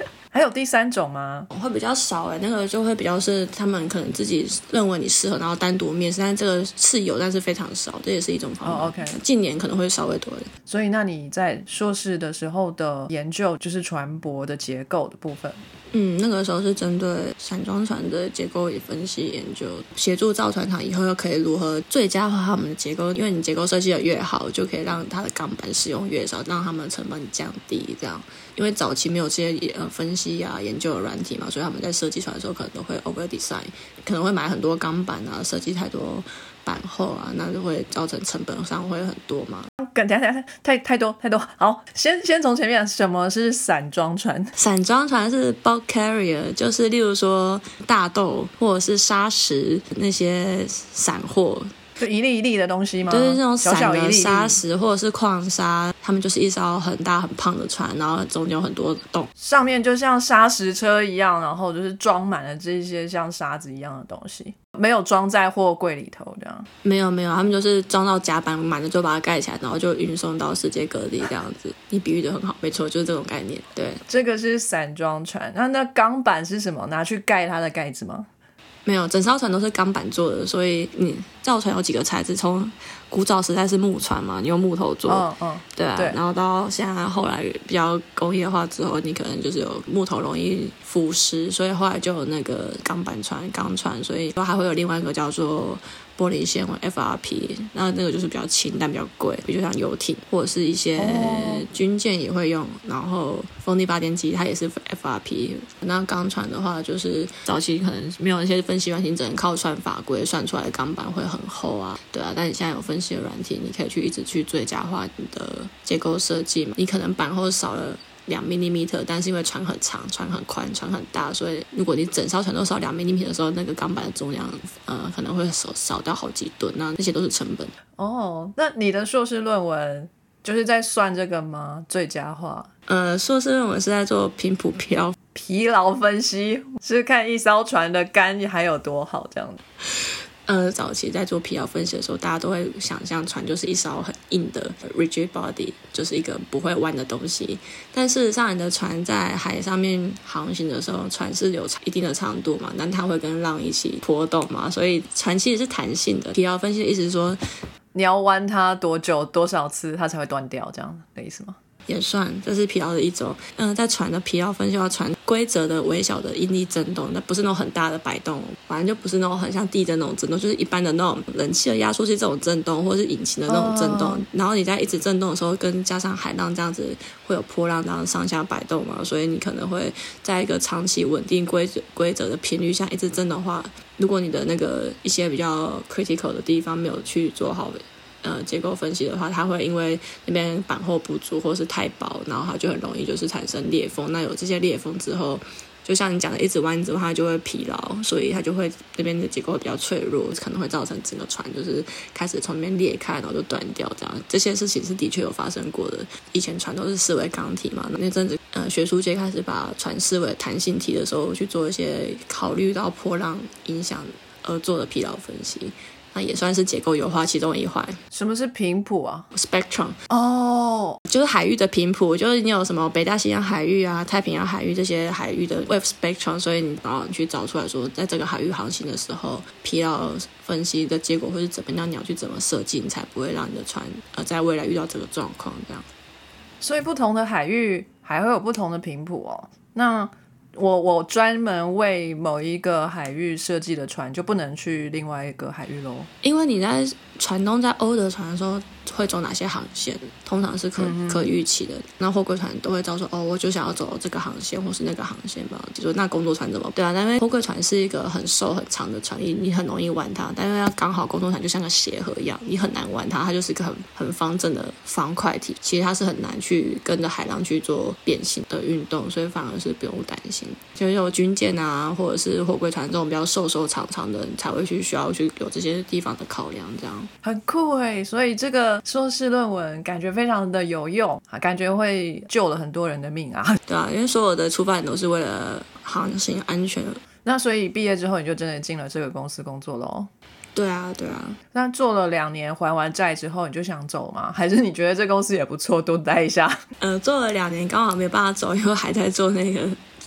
有第三种吗？ 会比较少那个就会比较是他们可能自己认为你适合，然后单独面试，但这个是有，但是非常少，这也是一种方法。 OK， 近年可能会稍微多一点。 所以那你在硕士的时候的研究就是船舶的结构的部分？ 那个时候是针对散装船的结构与分析研究，协助造船厂以后又可以如何最佳化他们的结构，因为你结构设计的越好，就可以让它的钢板使用越少，让他们的成本降低这样。因为早期没有这些分析啊研究的软体嘛，所以他们在设计船的时候可能都会 over design， 可能会买很多钢板啊，设计太多板厚啊，那就会造成成本上会很多嘛。 等一下太多。好，先从前面，什么是散装船？ 散装船是 bulk carrier， 就是例如说大豆或者是砂石那些散货， 就一粒一粒的东西吗？ 就是那种散小的砂石或者是矿砂，他们就是一艘很大很胖的船，然后中间有很多洞， 上面就像砂石车一样，然后就是装满了这些像沙子一样的东西，没有装在货柜里头这样。 没有，他们就是装到甲板满了就把它盖起来，然后就运送到世界各地这样子。你比喻的很好，没错，就是这种概念。对， 这个是散装船。那钢板是什么？拿去盖它的盖子吗？ 没有，整艘船都是钢板做的，所以你造船有几个材质，从古早时代是木船嘛，你用木头做，对啊，然后到现在后来比较工业化之后，你可能就是有木头容易腐蚀，所以后来就有那个钢板船、钢船，所以还会有另外一个叫做玻璃纤维 FRP， 那个就是比较轻但比较贵，比如像游艇或者是一些军舰也会用，然后风力发电机它也是 FRP。那钢船的话，就是早期可能没有一些分析软体，只能靠算法规算出来的钢板会很厚啊，对啊。但你现在有分析的软体，你可以一直去最佳化你的结构设计嘛。你可能板厚少了2mm， 但是因为船很长、船很宽、船很大，所以如果你整艘船都少2mm的时候，那个钢板的重量可能会少掉好几吨，那些都是成本。 那你的硕士论文就是在算这个吗？最佳化？ 硕士论文是在做频谱疲劳分析，是看一艘船的杆还有多好这样子。 早期在做疲劳分析的时候，大家都会想象船就是一艘很硬的 rigid body， 就是一个不会弯的东西。但事实上，你的船在海上面航行的时候，船是有一定的长度嘛，但它会跟浪一起波动嘛，所以船其实是弹性的。疲劳分析的意思是说， 你要弯它多久、多少次，它才会断掉，这样的意思吗？ 也算，这是疲劳的一种。在船的疲劳分析的话，船规则的微小的应力震动，那不是那种很大的摆动，反正就不是那种很像地震那种震动，就是一般的那种冷气的压缩器这种震动，或者是引擎的那种震动。然后你在一直震动的时候，跟加上海浪这样子会有波浪这样上下摆动嘛，所以你可能会在一个长期稳定规则的频率下一直震的话，如果你的那个一些比较 critical 的地方没有去做好结构分析的话，它会因为那边板厚不足或是太薄，然后它就很容易就是产生裂缝。那有这些裂缝之后，就像你讲的一直弯它就会疲劳，所以它就会那边的结构比较脆弱，可能会造成整个船就是开始从那边裂开，然后就断掉这样。这些事情是的确有发生过的。以前船都是视为钢体嘛，那阵子学术界开始把船视为弹性体的时候，去做一些考虑到波浪影响而做的疲劳分析。那也算是结构优化其中一环。 什么是频谱啊 ？Spectrum 就是海域的频谱，就是你有什么北大西洋海域啊、太平洋海域这些海域的 wave spectrum， 所以你去找出来说，在这个海域航行的时候，疲劳分析的结果会是怎么样，你要去怎么设计，你才不会让你的船在未来遇到这个状况这样。 所以不同的海域还会有不同的频谱哦。那我专门为某一个海域设计的船就不能去另外一个海域咯？ 因为你在船东在欧德船的时候会走哪些航线，通常是可预期的。那货柜船都会知道说，我就想要走这个航线或是那个航线吧。就说那工作船怎么？对啊，因为货柜船是一个很瘦很长的船，你很容易玩它，但是要刚好工作船就像个鞋盒一样，你很难玩它，它就是一个很方正的方块体，其实它是很难去跟着海浪去做变形的运动，所以反而是不用担心。就有军舰啊，或者是货柜船这种比较瘦长的，才会需要去有这些地方的考量，这样很酷耶。所以这个硕士论文感觉非常的有用，感觉会救了很多人的命啊。 对啊，因为所有的出发点都是为了航行安全。 那所以毕业之后你就真的进了这个公司工作咯？ 对啊。 那做了2年还完债之后你就想走吗？还是你觉得这公司也不错多待一下？ 做了2年刚好没有办法走，因为还在做那个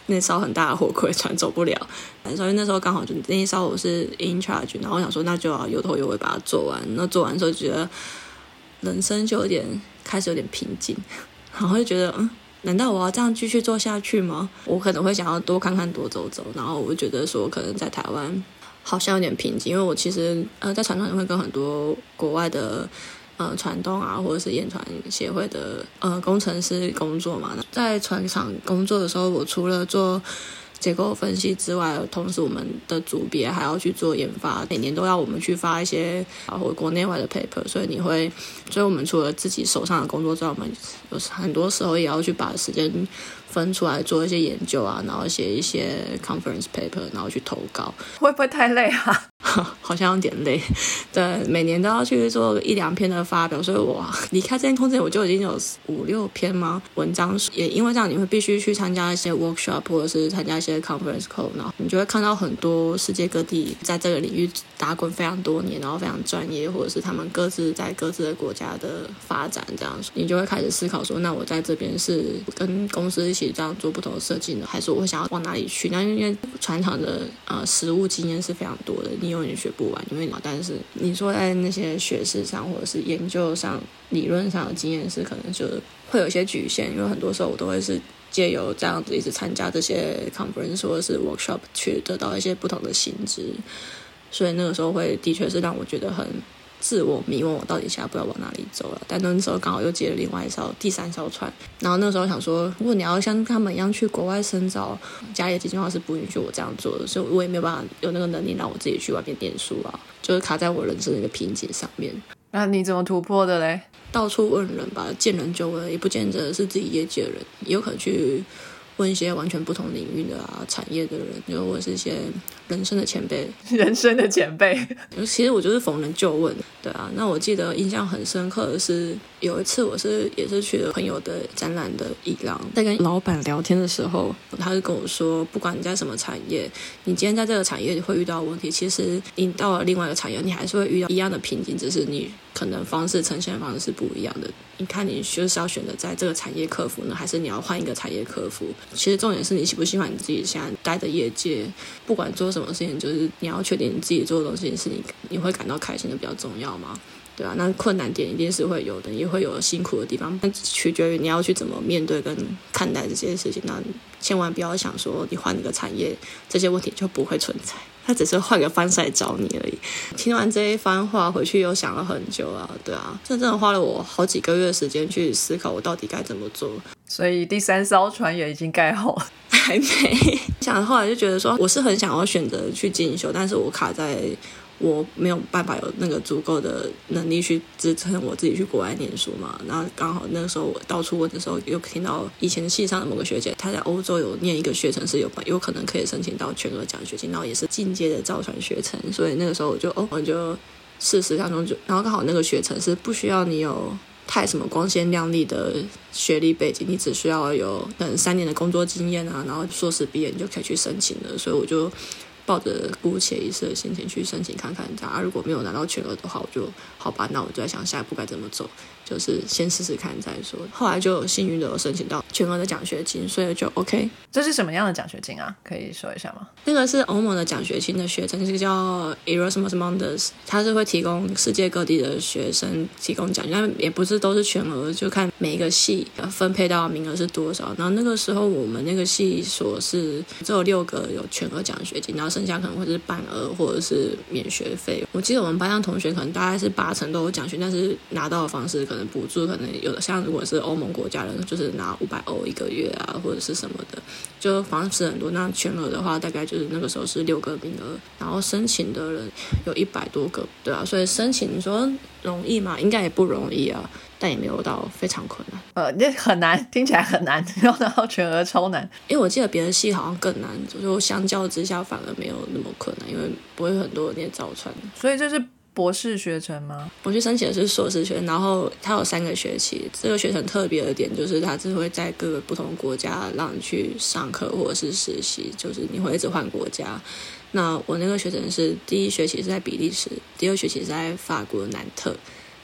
那艘很大的货柜船走不了，所以那时候刚好就那一艘我是 in charge， 然后我想说那就要有头有尾把它做完。那做完之后觉得人生就开始有点瓶颈，然后就觉得难道我要这样继续做下去吗？我可能会想要多看看多走走，然后我觉得说可能在台湾好像有点瓶颈，因为我其实在船团会跟很多国外的船东啊，或者是验船协会的工程师工作嘛。在船厂工作的时候，我除了做结构分析之外，同时我们的组别还要去做研发，每年都要我们去发一些或国内外的 paper， 所以我们除了自己手上的工作之外，我们有很多时候也要去把时间分出来做一些研究啊，然后写一些 conference paper， 然后去投稿。 会不会太累啊？ 好像有点累，对，每年都要去做1-2篇的发表，所以我离开这间公司我就已经有5-6篇文章，也因为这样你会必须去参加一些 workshop 或者是参加一些 conference call， 然后你就会看到很多世界各地在这个领域打滚非常多年，然后非常专业，或者是他们各自在各自的国家的发展，这样你就会开始思考说，那我在这边是跟公司一起这样做不同的设计呢，还是我会想要往哪里去？那因为船厂的实务经验是非常多的，你永远学不完，但是你说在那些学识上或者是研究上理论上的经验是可能就会有一些局限，因为很多时候我都会是借由这样子一直参加这些 conference 或者是 workshop 去得到一些不同的薪资，所以那个时候的确是让我觉得很自我迷问，我到底现在不知道往哪里走了。但那时候刚好又接了另外第3艘船，然后那时候想说，如果你要像他们一样去国外深造，家里的基金会是不允许我这样做的，所以我也没有办法有那个能力让我自己去外面念书啊，就是卡在我人生的一个瓶颈上面。 那你怎么突破的嘞？ 到处问人吧，见人就问，也不见得是自己业界的人，也有可能去问一些完全不同领域的产业的人，因为我是一些人生的前辈。 人生的前辈。 其实我就是逢人就问，对啊。那我记得印象很深刻的是，有一次也是去了朋友的展览的伊朗，在跟老板聊天的时候，他就跟我说，不管你在什么产业，你今天在这个产业会遇到的问题，其实你到了另外一个产业，你还是会遇到一样的瓶颈，只是你可能呈现的方式是不一样的。你看你就是要选择在这个产业克服呢，还是你要换一个产业克服？其实重点是你喜不喜欢你自己现在待的业界，不管做什么事情，就是你要确定你自己做的东西是你会感到开心的比较重要嘛，对啊。那困难点一定是会有的，也会有辛苦的地方，但取决于你要去怎么面对跟看待这些事情。那千万不要想说你换一个产业这些问题就不会存在，他只是换个方式来找你而已。听完这一番话回去又想了很久啊，对啊，这真的花了我好几个月的时间去思考我到底该怎么做。 所以第3艘船也已经盖好了。 还没想，后来就觉得说我是很想要选择去进修，但是我卡在我没有办法有那个足够的能力去支撑我自己去国外念书嘛。然后刚好那个时候我到处问的时候，又听到以前系上的某个学姐，她在欧洲有念一个学程是有可能可以申请到全额奖学金，然后也是进阶的造船学程，所以那个时候我就试试当中然后刚好那个学程是不需要你有太什么光鲜亮丽的学历背景，你只需要有可能3年的工作经验啊，然后硕士毕业你就可以去申请了。所以我就抱着姑且一试的心情去申请看看这样如果没有拿到全额的话，我就好吧，那我就在想下一步该怎么走，就是先试试看再说。后来就幸运的有申请到全额的奖学金，所以就 OK。 这是什么样的奖学金啊？可以说一下吗？ 那个是欧盟的奖学金的学程，是叫 Erasmus Mundus， 它是会提供世界各地的学生提供奖学金，但也不是都是全额，就看每一个系分配到的名额是多少。然后那个时候我们那个系所是只有6个有全额奖学金，然后剩下可能会是半额或者是免学费。我记得我们班上同学可能大概是80%都有奖学金，但是拿到的方式可能补助可能有的像如果是欧盟国家人就是拿500欧1个月啊，或者是什么的，就方式很多。那全额的话大概就是那个时候是6个名额，然后申请的人有100多个，对啊。所以申请你说容易吗？应该也不容易啊，但也没有到非常困难。 这很难，听起来很难，要拿到全额超难。 因为我记得别的系好像更难，就相较之下反而没有那么困难，因为不会很多人念造船。 所以这是博士学程吗？ 我去申请的是硕士学程，然后它有3个学期。这个学程特别的点就是它只会在各个不同国家让你去上课或者是实习，就是你会一直换国家。那我那个学程是第1学期是在比利时，第2学期是在法国南特，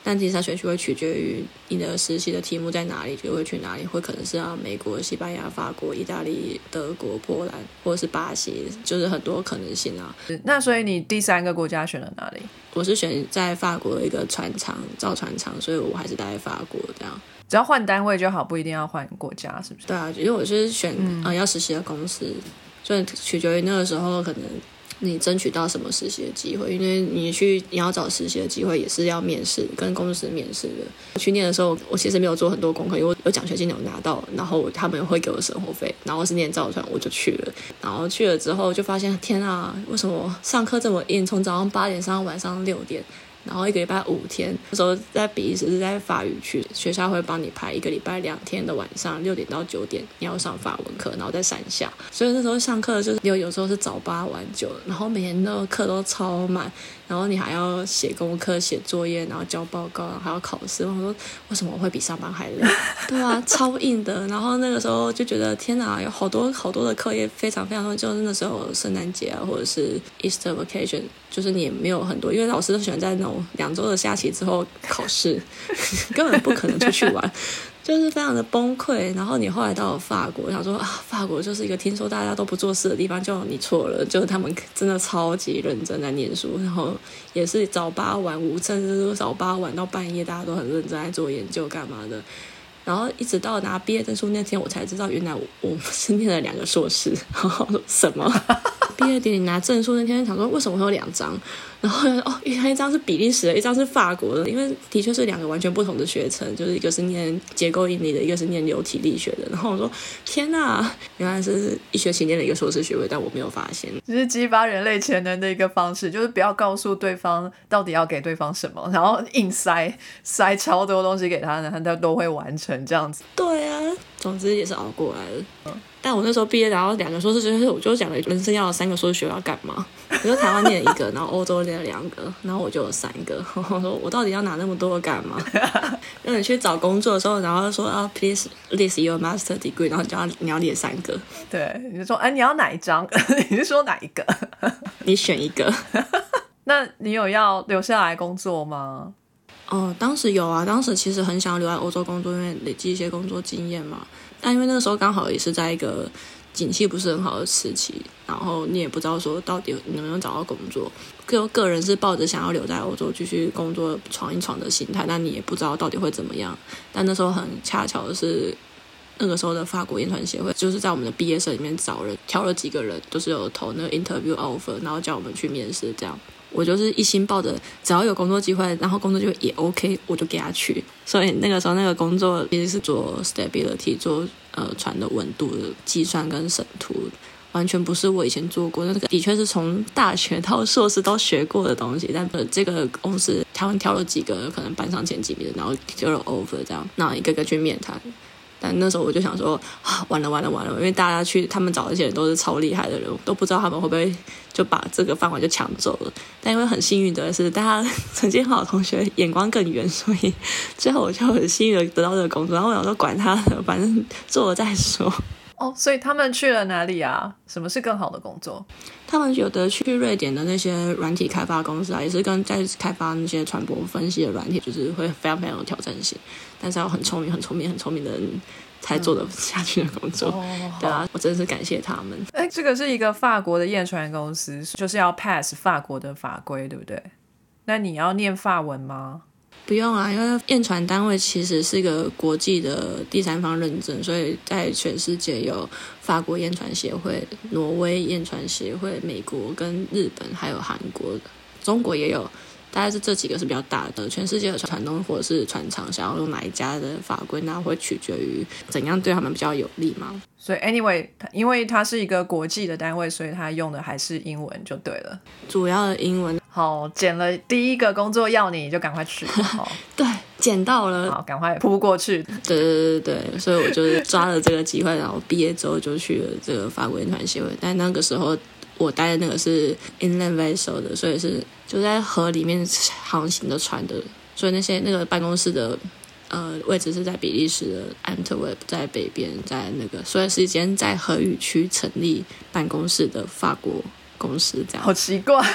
但第3学期会取决于你的实习的题目在哪里，就会去哪里，会可能是美国、西班牙、法国、意大利、德国、波兰或者是巴西，就是很多可能性啊。 那所以你第3个国家选了哪里？ 我是选在法国的一个造船厂，所以我还是待在法国这样。 只要换单位就好，不一定要换国家，是不是？ 对啊，因为我是选要实习的公司，所以取决于那个时候可能你争取到什么实习的机会，因为你要找实习的机会也是要面试，跟公司面试的。我去念的时候，我其实没有做很多功课，因为我有奖学金有拿到，然后他们会给我生活费，然后是念造船，我就去了。然后去了之后就发现，天啊，为什么上课这么硬？从早上8点上到晚上6点。然后1个礼拜5天，那时候在比利时是在法语区，学校会帮你排1个礼拜2天的晚上6点到9点，你要上法文课，然后在山下，所以那时候上课就是有时候是早8晚9，然后每天的课都超满，然后你还要写功课、写作业，然后交报告，然后还要考试。我说为什么我会比上班还累？对啊，超硬的。然后那个时候就觉得天哪，有好多的课业，非常非常多。就是那时候圣诞节啊，或者是 Easter vacation， 就是你也没有很多，因为老师都喜欢在那种2周的假期之后考试，根本不可能出去玩。就是非常的崩溃。然后你后来到了法国，想说法国就是一个听说大家都不做事的地方，就你错了，就是他们真的超级认真在念书，然后也是早8晚5，甚至是早8晚到半夜，大家都很认真在做研究干嘛的。然后一直到拿毕业证书那天，我才知道原来我是念了2个硕士。然后说什么？毕业典礼拿证书那天，想说为什么会有2张？然后一张是比利时的，一张是法国的，因为的确是2个完全不同的学程，就是一个是念结构应力的，一个是念流体力学的。然后我说天哪，原来是一学期念了1个硕士学位，但我没有发现。 这是激发人类潜能的一个方式，就是不要告诉对方到底要给对方什么，然后硬塞超多东西给他，他都会完成这样子。 对啊，总之也是熬过来了。但我那时候毕业，然后2个硕士学位，我就讲了人生要有3个硕士学位要干嘛？我就台湾念了1个，然后欧洲念了2个，然后我就有3个。我说我到底要拿那么多干嘛？让你去找工作的时候，然后说please list your master degree， 然后你要列3个。 对，你就说你要哪一张？你是说哪一个？ 你选一个。 那你有要留下来工作吗？ 当时有啊，当时其实很想要留在欧洲工作，因为累积一些工作经验嘛。但因为那个时候刚好也是在一个景气不是很好的时期，然后你也不知道说到底能不能找到工作。个人是抱着想要留在欧洲继续工作闯一闯的心态，但你也不知道到底会怎么样。但那时候很恰巧的是，那个时候的法国研传协会就是在我们的毕业生里面找人，挑了几个人，都是有投那个 interview offer， 然后叫我们去面试这样。我就是一心抱着只要有工作机会，然后工作机会也 OK， 我就给他去。所以那个时候那个工作其实是做 stability， 做船的温度的计算跟审图，完全不是我以前做过，那个的确是从大学到硕士都学过的东西。但这个公司台湾挑了几个可能班上前几名的，然后就有 offer 这样，然后一个个去面谈。但那时候我就想说完了，因为大家去他们找的一些人都是超厉害的人，都不知道他们会不会就把这个饭碗就抢走了。但因为很幸运的是大家成绩好的同学眼光更远，所以最后我就很幸运的得到这个工作。然后我想说管他的，反正做了再说。 所以他们去了哪里啊？什么是更好的工作？ 他们有的去瑞典的那些软体开发公司啊，也是在开发那些船舶分析的软体，就是会非常非常有挑战性，但是要很聪明的人才做得下去的工作。对啊，我真的是感谢他们。 这个是一个法国的验船公司，就是要 pass 法国的法规，对不对？那你要念法文吗？ 不用啊，因为验船单位其实是一个国际的第3方认证，所以在全世界有法国验船协会、挪威验船协会、美国跟日本还有韩国，中国也有，大概是这几个是比较大的。全世界的船东或者是船厂想要用哪一家的法规，那会取决于怎样对他们比较有利嘛。 所以 anyway， 因为它是一个国际的单位，所以它用的还是英文就对了， 主要的英文。 好，捡了第一个工作要你就赶快去。 对，捡到了， 好，赶快扑过去。 对，所以我就是抓了这个机会，然后毕业之后就去了这个法国验船协会。但那个时候我待的那个是 inland vessel 的，所以是就在河里面航行的船的，所以那个办公室的位置是在比利时的 Antwerp， 在北边，在那个所以是一间在河语区成立办公室的法国公司，这样。 好奇怪。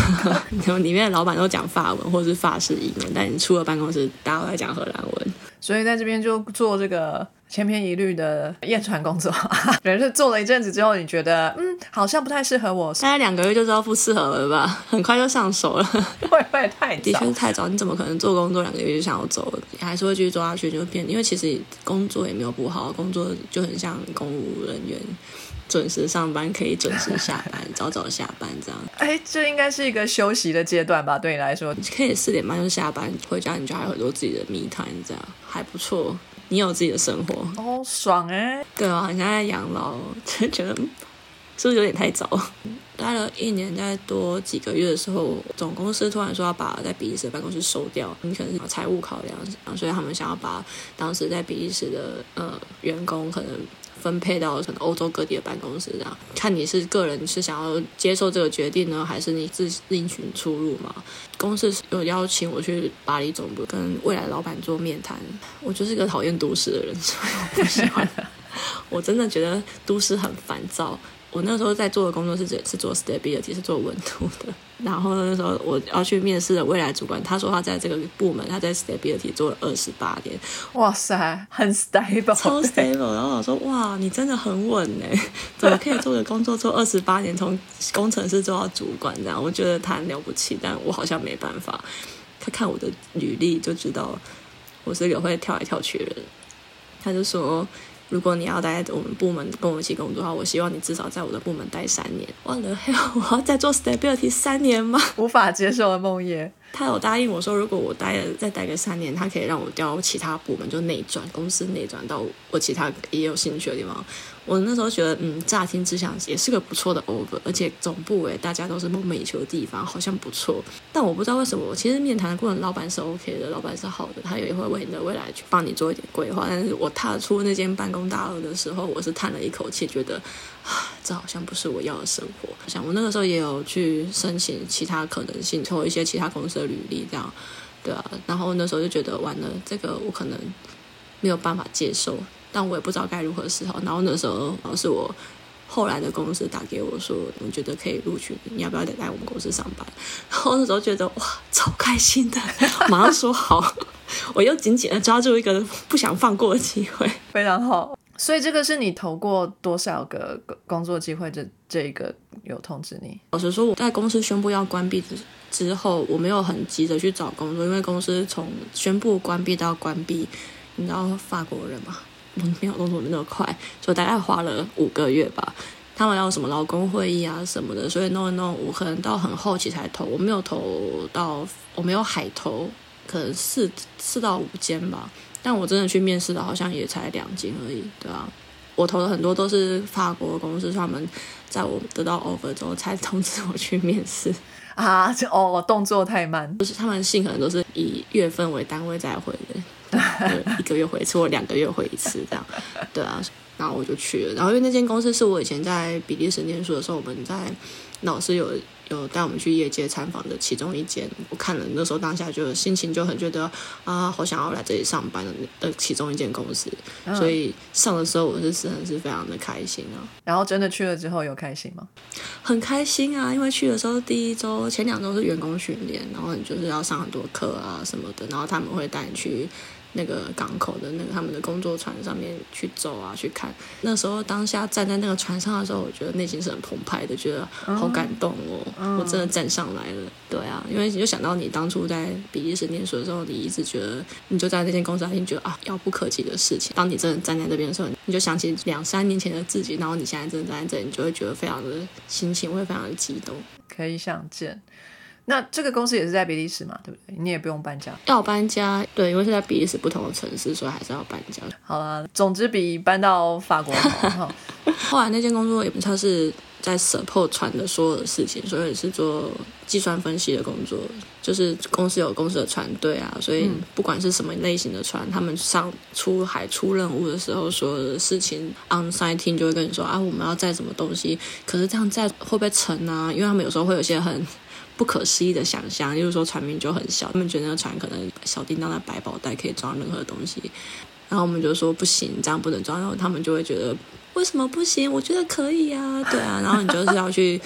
里面的老板都讲法文或者是法式英文，但你出了办公室大家都在讲荷兰文。 所以在这边就做这个千篇一律的验船工作人是做了一阵子之后，你觉得好像不太适合我， 大概2个月就知道不适合了吧，很快就上手了。 会不会太早？ 的确是太早，你怎么可能做工作2个月就想要走了？你还是会继续做下去，就变，因为其实工作也没有不好，工作就很像公务人员，准时上班可以准时下班早早下班这样。 这应该是一个休息的阶段吧，对你来说可以4点半就下班，回家你就还有很多自己的me time，这样还不错，你有自己的生活哦，爽对啊，你现在养老就觉得是不是有点太早？待了1年再多几个月的时候，总公司突然说要把在比利时的办公室收掉，你可能是财务考量，所以他们想要把当时在比利时的员工可能分配到可能欧洲各地的办公室，这样看你是个人是想要接受这个决定呢，还是你自另寻出路嘛？公司有邀请我去巴黎总部跟未来老板做面谈，我就是个讨厌都市的人，所以我不喜欢我真的觉得都市很烦躁。我那时候在做的工作是做 stability， 是做温度的。然后那时候我要去面试的未来主管，他说他在这个部门，他在 stability 做了28年。 哇塞，很 stable， 超 stable。然后我说哇，你真的很稳耶，怎么可以做个工作做28年，从工程师做到主管这样？我觉得他很了不起，但我好像没办法。他看我的履历就知道我是一个会跳来跳去的人。他就说，如果你要待在我们部门跟我们一起工作的话，我希望你至少在我的部门待3年。What the hell， 我要再做 stability 3年吗？ 无法接受的梦魇。 他有答应我说，如果我再待个3年，他可以让我调其他部门，就内转，公司内转到我其他也有兴趣的地方。我那时候觉得，乍听之下也是个不错的 offer， 而且总部大家都是梦寐以求的地方，好像不错。但我不知道为什么，其实面谈的过程，老板是 OK 的，老板是好的，他也会为你的未来去帮你做一点规划。但是我踏出那间办公大楼的时候，我是叹了一口气，觉得这好像不是我要的生活。像我那个时候也有去申请其他可能性，投一些其他公司的履历，这样，对啊。然后那时候就觉得完了，这个我可能没有办法接受。但我也不知道该如何是好。然后那时候是我后来的公司打给我说，我觉得可以录取你，要不要来我们公司上班？然后那时候觉得哇，超开心的，马上说好。我又紧紧的抓住一个不想放过的机会， 非常好。所以这个是你投过多少个工作机会？这个有通知你？ 老实说，我在公司宣布要关闭之后，我没有很急着去找工作，因为公司从宣布关闭到关闭，你知道法国人嘛，我没有动作那么快，所以大概花了5个月吧。他们要什么劳工会议啊什么的，所以弄一弄，我可能到很后期才投，我没有海投，可能4到5间吧。但我真的去面试的好像也才2间而已，对啊。我投的很多都是法国公司，他们在我得到 offer 之后才通知我去面试啊。动作太慢， 就是他们信可能都是以月份为单位再回的，1个月回一次或2个月回一次这样，对啊。然后我就去了，然后因为那间公司是我以前在比利时念书的时候，我们在老师有带我们去业界参访的其中一间，我看了那时候当下就心情就很觉得好想要来这里上班的其中一间公司，所以上的时候我是真的是非常的开心啊。 然后真的去了之后有开心吗？ 很开心啊，因为去的时候第1周前2周是员工训练，然后你就是要上很多课啊什么的，然后他们会带你去那个港口的那个他们的工作船上面去走啊去看。那时候当下站在那个船上的时候，我觉得内心是很澎湃的，觉得好感动哦，我真的站上来了。对啊，因为你就想到你当初在比利时念书的时候，你一直觉得你就在那间公司，你觉得遥不可及的事情。当你真的站在那边的时候，你就想起2-3年前的自己，然后你现在真的站在这里，你就会觉得非常的心情会非常的激动， 可以想见。那这个公司也是在比利时嘛，对不对？你也不用搬家。 要搬家，对，因为是在比利时不同的城市，所以还是要搬家。 好啦，总之比搬到法国好。 后来那间工作它是在 support 船的所有的事情，所以是做计算分析的工作。就是公司有公司的船队啊，所以不管是什么类型的船，他们出海出任务的时候，所有的事情 on site team 就会跟你说我们要载什么东西，可是这样载会不会沉啊？因为他们有时候会有一些很不可思议的想象，例如说船名就很小，他们觉得那个船可能小叮当的百宝袋可以装任何东西，然后我们就说不行，这样不能装，然后他们就会觉得为什么不行？我觉得可以啊，对啊，然后你就是要去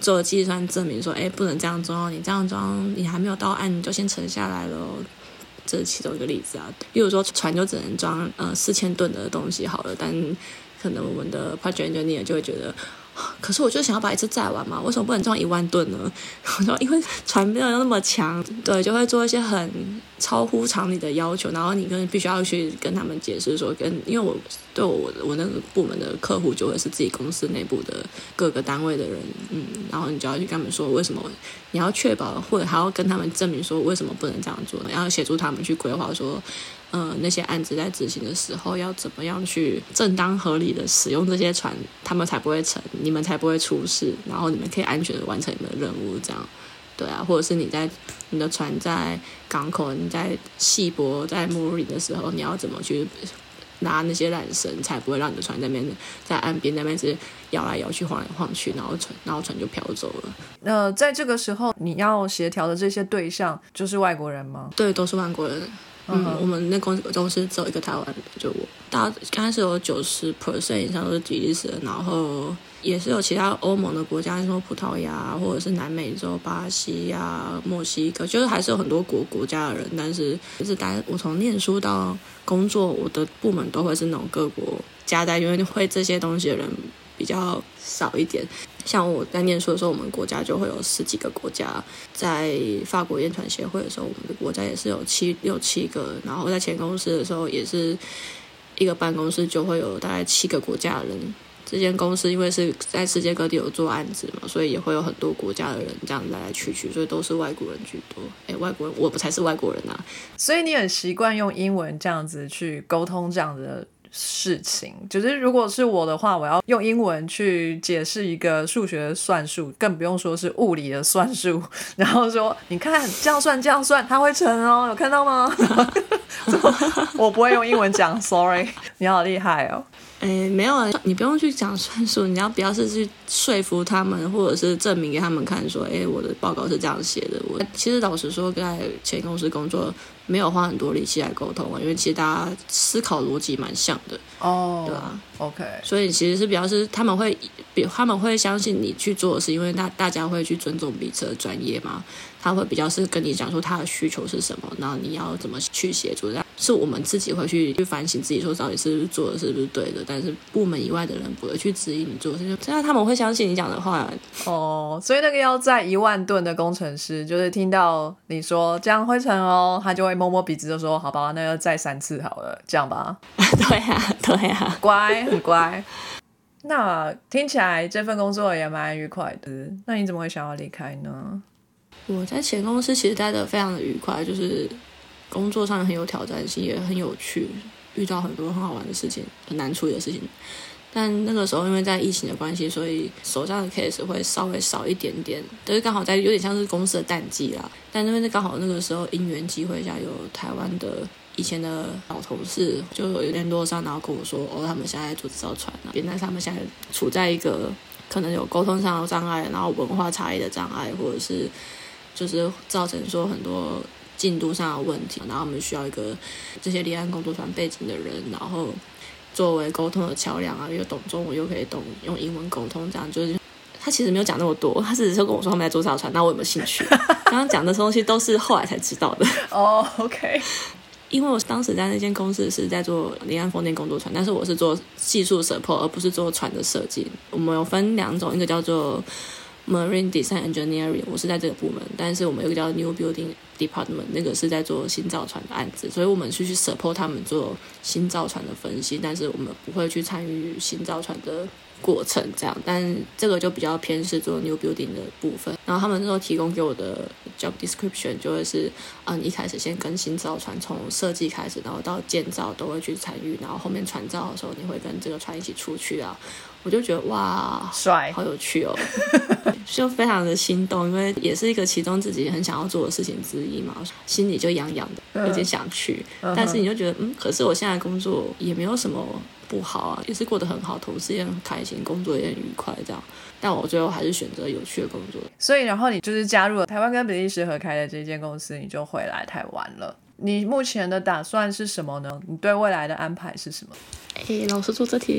做计算证明说，不能这样装，你这样装你还没有到岸你就先沉下来了，这是其中一个例子啊。例如说船就只能装4000吨的东西好了，但可能我们的 project engineer 就会觉得，可是我就想要把一次载完嘛，为什么不能装10000吨呢？我说因为船没有那么强，对，就会做一些很超乎常理的要求，然后你必须要去跟他们解释说，因为我那个部门的客户就会是自己公司内部的各个单位的人，然后你就要去跟他们说为什么你要确保，或者还要跟他们证明说为什么不能这样做，然后协助他们去规划说那些案子在执行的时候要怎么样去正当合理的使用这些船，他们才不会沉，你们才不会出事，然后你们可以安全的完成你们的任务，这样。对啊，或者是你的船在港口，你在细泊在mooring的时候，你要怎么去拉那些缆绳，才不会让你的船在岸边那边是摇来摇去晃来晃去，然后船就飘走了。 在这个时候你要协调的这些对象就是外国人吗？ 对，都是外国人。我们那公司只有一个台湾人，就我。大家刚开始有90% 以上都是比利时人，然后也是有其他欧盟的国家，什么葡萄牙或者是南美洲巴西啊、墨西哥，就是还是有很多国家的人。但是我从念书到工作，我的部门都会是那种各国夹在，因为会这些东西的人比较少一点。像我在念书的时候，我们国家就会有10几个国家。在法国验船协会的时候，我们的国家也是有6、7个。然后在前公司的时候，也是一个办公室就会有大概7个国家的人。这间公司因为是在世界各地有做案子嘛，所以也会有很多国家的人这样来来去去，所以都是外国人居多。外国人，我不才是外国人啊。 所以你很习惯用英文这样子去沟通这样的事情，就是如果是我的话，我要用英文去解释一个数学的算术，更不用说是物理的算术，然后说你看这样算它会成哦，有看到吗？我不会用英文讲 sorry。 你好厉害哦。 没有啊，你不用去讲算术，你要不要是去说服他们，或者是证明给他们看说我的报告是这样写的。我其实老实说在前公司工作没有花很多力气来沟通因为其实大家思考逻辑蛮像的对吧 OK， 所以其实是比较是他们会相信你去做的事，因为大家会去尊重彼此的专业嘛。他会比较是跟你讲说他的需求是什么，然后你要怎么去协助，是我们自己会去反省自己说到底是不是做的是不是对的，但是部门以外的人不会去质疑你做的事情，这样他们会相信你讲的话。 所以那个要在10000吨的工程师，就是听到你说这样会成哦，他就会摸摸鼻子就说好吧，那就再3次好了，这样吧。 对啊， 乖，很乖。那听起来这份工作也蛮愉快的，那你怎么会想要离开呢？ 我在前公司其实待得非常的愉快，就是工作上很有挑战性，也很有趣，遇到很多很好玩的事情，很难处理的事情。但那个时候因为在疫情的关系，所以手上的 case 会稍微少一点点，就是刚好有点像是公司的淡季啦。但因为刚好那个时候因缘机会下，有台湾的以前的老同事就有联络上，然后跟我说他们现在做这艘船啊，但是他们现在处在一个可能有沟通上的障碍，然后文化差异的障碍，或者是就是造成说很多进度上的问题，然后我们需要一个这些离岸工作船背景的人，然后作为沟通的桥梁啊，又懂中文又可以用英文沟通，这样就是他其实没有讲那么多，他只是跟我说他们在做这条船，那我有没有兴趣？刚刚讲的东西都是后来才知道的。 OK。 因为我当时在那间公司是在做离岸风电工作船，但是我是做技术 support 而不是做船的设计。我们有分2种，一个叫做 Marine Design Engineering， 我是在这个部门，但是我们有一个叫 New Building Department， 那个是在做新造船的案子，所以我们去 support 他们做新造船的分析，但是我们不会去参与新造船的过程这样，但这个就比较偏是做 new building 的部分。然后他们那时候提供给我的 job description 就会是你一开始先跟新造船从设计开始，然后到建造都会去参与，然后后面船造的时候你会跟这个船一起出去啊。我就觉得哇， 帅， 好有趣哦，就非常的心动，因为也是一个其中自己很想要做的事情之一嘛，心里就痒痒的，有点想去。但是你就觉得可是我现在工作也没有什么不好啊，也是过得很好，同事也很开心，工作也很愉快这样。但我最后还是选择有趣的工作。 所以然后你就是加入了台湾跟比利时合开的这间公司，你就回来台湾了。你目前的打算是什么呢？你对未来的安排是什么？ 老师做这题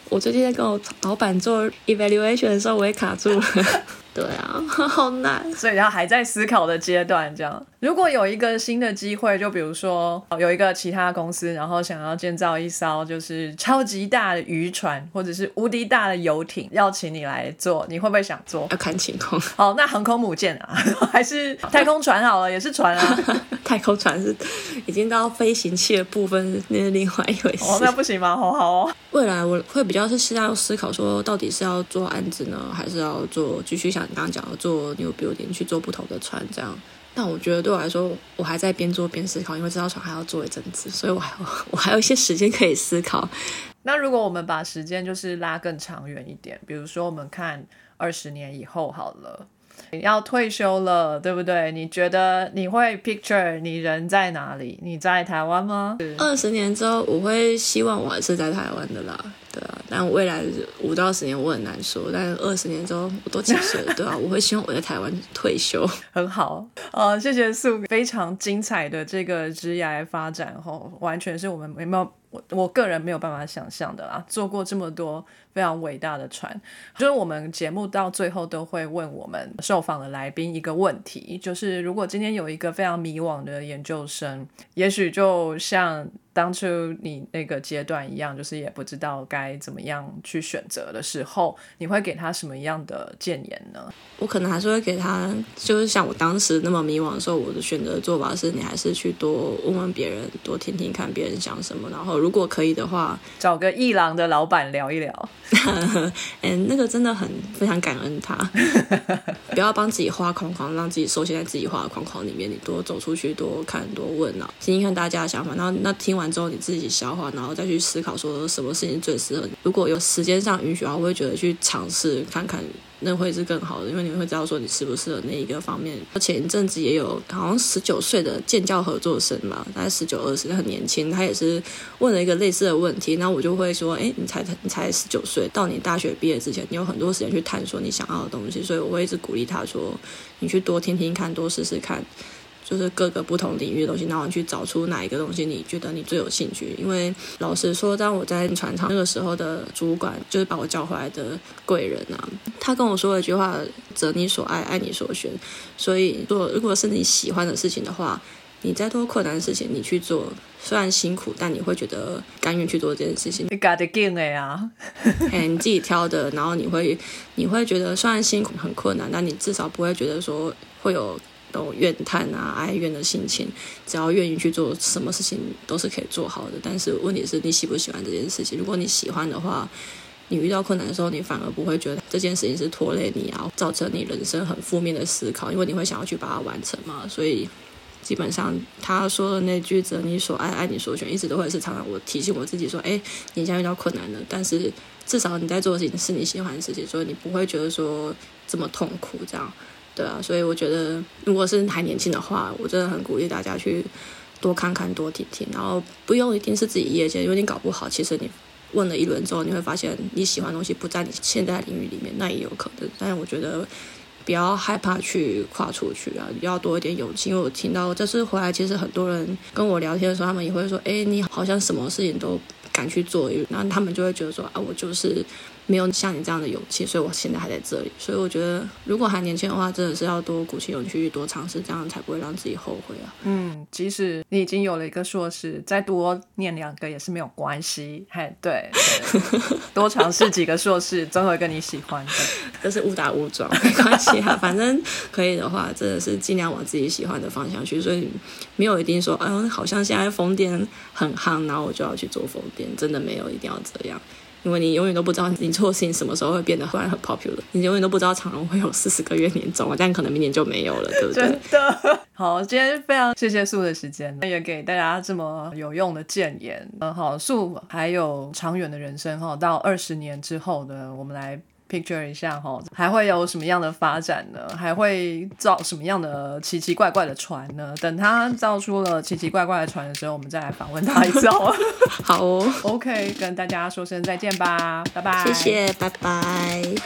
我最近在跟我老板做 evaluation 的时候，我也卡住了。对啊，好难， 所以他还在思考的阶段。这样，如果有一个新的机会，就比如说有一个其他公司，然后想要建造一艘就是超级大的渔船，或者是无敌大的游艇，邀请你来做，你会不会想做？ 要看情况。 好，那航空母舰啊，还是太空船好了，也是船啊。 太空船是已经到飞行器的部分，那是另外一回事。 那不行吗？好好哦。 未来我会比较是要思考说，到底是要做案子呢，还是要做继续像你刚刚讲的做 new building 去做不同的船这样。但我觉得对我来说，我还在边做边思考，因为这艘船还要做一阵子，所以我还有一些时间可以思考。 那如果我们把时间就是拉更长远一点，比如说我们看20年以后好了，你要退休了，对不对？你觉得你会 picture 你人在哪里？你在台湾吗 ？20年之后，我会希望我还是在台湾的啦，对啊。但未来5到10年我很难说，但20年之后我都几岁了，对啊，我会希望我在台湾退休。 很好，谢谢素，非常精彩的这个职涯发展后，完全是我们没有。我个人没有办法想象的啦，做过这么多非常伟大的船。就是我们节目到最后都会问我们受访的来宾一个问题，就是如果今天有一个非常迷惘的研究生，也许就像当初你那个阶段一样，就是也不知道该怎么样去选择的时候，你会给他什么样的建言呢？ 我可能还是会给他，就是像我当时那么迷惘的时候，我的选择做法是，你还是去多问问别人，多听听看别人想什么，然后如果可以的话， 找个艺廊的老板聊一聊。 那个真的非常感恩他。不要帮自己画框框，让自己受限在自己画的框框里面，你多走出去，多看多问啊，听听看大家的想法，然后那听完之后你自己消化，然后再去思考说什么事情最适合你。如果有时间上允许的话，我会觉得去尝试看看，那会是更好的，因为你会知道说你适不适合那一个方面。前一阵子也有好像19岁的建教合作生吧，大概19、20，很年轻，他也是问了一个类似的问题，那我就会说，你才19岁，到你大学毕业之前，你有很多时间去探索你想要的东西，所以我会一直鼓励他说，你去多听听看，多试试看。就是各个不同领域的东西，然后你去找出哪一个东西你觉得你最有兴趣。因为老实说，当我在船厂那个时候的主管，就是把我叫回来的贵人啊，他跟我说了一句话：择你所爱，爱你所选。所以如果是你喜欢的事情的话，你再多困难的事情你去做，虽然辛苦，但你会觉得甘愿去做这件事情。 你搞得紧的呀， 你自己挑的，然后你会觉得虽然辛苦很困难，但你至少不会觉得说会有怨叹啊哀怨的心情，只要愿意去做什么事情都是可以做好的。但是问题是你喜不喜欢这件事情，如果你喜欢的话，你遇到困难的时候你反而不会觉得这件事情是拖累你啊，造成你人生很负面的思考，因为你会想要去把它完成嘛。所以基本上他说的那句择你所爱，爱你所选，一直都会是常常我提醒我自己说，你现在遇到困难了，但是至少你在做的事情是你喜欢的事情，所以你不会觉得说这么痛苦这样。对啊，所以我觉得如果是还年轻的话，我真的很鼓励大家去多看看多听听，然后不用一定是自己业界，因为你搞不好其实你问了一轮之后，你会发现你喜欢的东西不在你现在领域里面，那也有可能。但是我觉得不要害怕去跨出去啊，要多一点勇气。因为我听到这次回来，其实很多人跟我聊天的时候，他们也会说，你好像什么事情都敢去做，然后他们就会觉得说我就是没有像你这样的勇气，所以我现在还在这里。所以我觉得如果还年轻的话，真的是要多鼓起勇气去多尝试，这样才不会让自己后悔啊。 即使你已经有了一个硕士，再多念2个也是没有关系。对，多尝试几个硕士，总有一个你喜欢的。 这是误打误撞，没关系啊，反正可以的话，真的是尽量往自己喜欢的方向去。所以没有一定说，好像现在风电很夯，然后我就要去做风电，真的没有一定要这样。因为你永远都不知道你做的事情什么时候会变得忽然很 popular， 你永远都不知道长荣会有40个月年终，但可能明年就没有了，对不对？ 真的。好，今天非常谢谢素的时间，也给大家这么有用的建言。好，素还有长远的人生到20年之后呢，我们来picture 一下还会有什么样的发展呢？还会造什么样的奇奇怪怪的船呢？等他造出了奇奇怪怪的船的时候，我们再来访问他一次好了。 好哦 OK， 跟大家说声再见吧，拜拜。 谢谢，拜拜。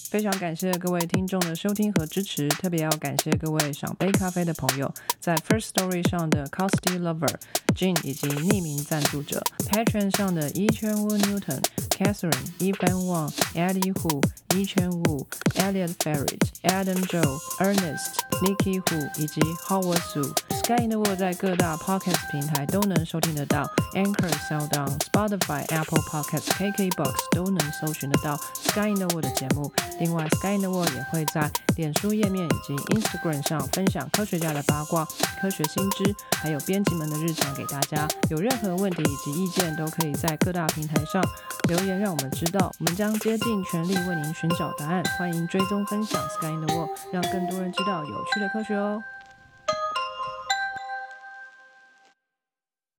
非常感谢各位听众的收听和支持，特别要感谢各位赏杯咖啡的朋友，在 First Story 上的 Costy Lover、Jin 以及匿名赞助者 Patreon 上的伊圈wu Newton、Catherine、Evan Wang、Eddie Hu、伊圈wu、Elliot Ferret、Adam Joe、Ernest、Nikki Hu 以及 Howard Su。Sky in the World 在各大 Podcast 平台都能收听得到 Anchor、SoundOn、Spotify、Apple Podcasts、KKBox 都能搜寻得到 Sky in the World 的节目。另外 Sky in the World 也会在脸书页面以及 Instagram 上分享科学家的八卦、科学新知，还有编辑们的日常给大家。有任何问题以及意见都可以在各大平台上留言让我们知道，我们将竭尽全力为您寻找答案。欢迎追踪分享 Sky in the World， 让更多人知道有趣的科学哦。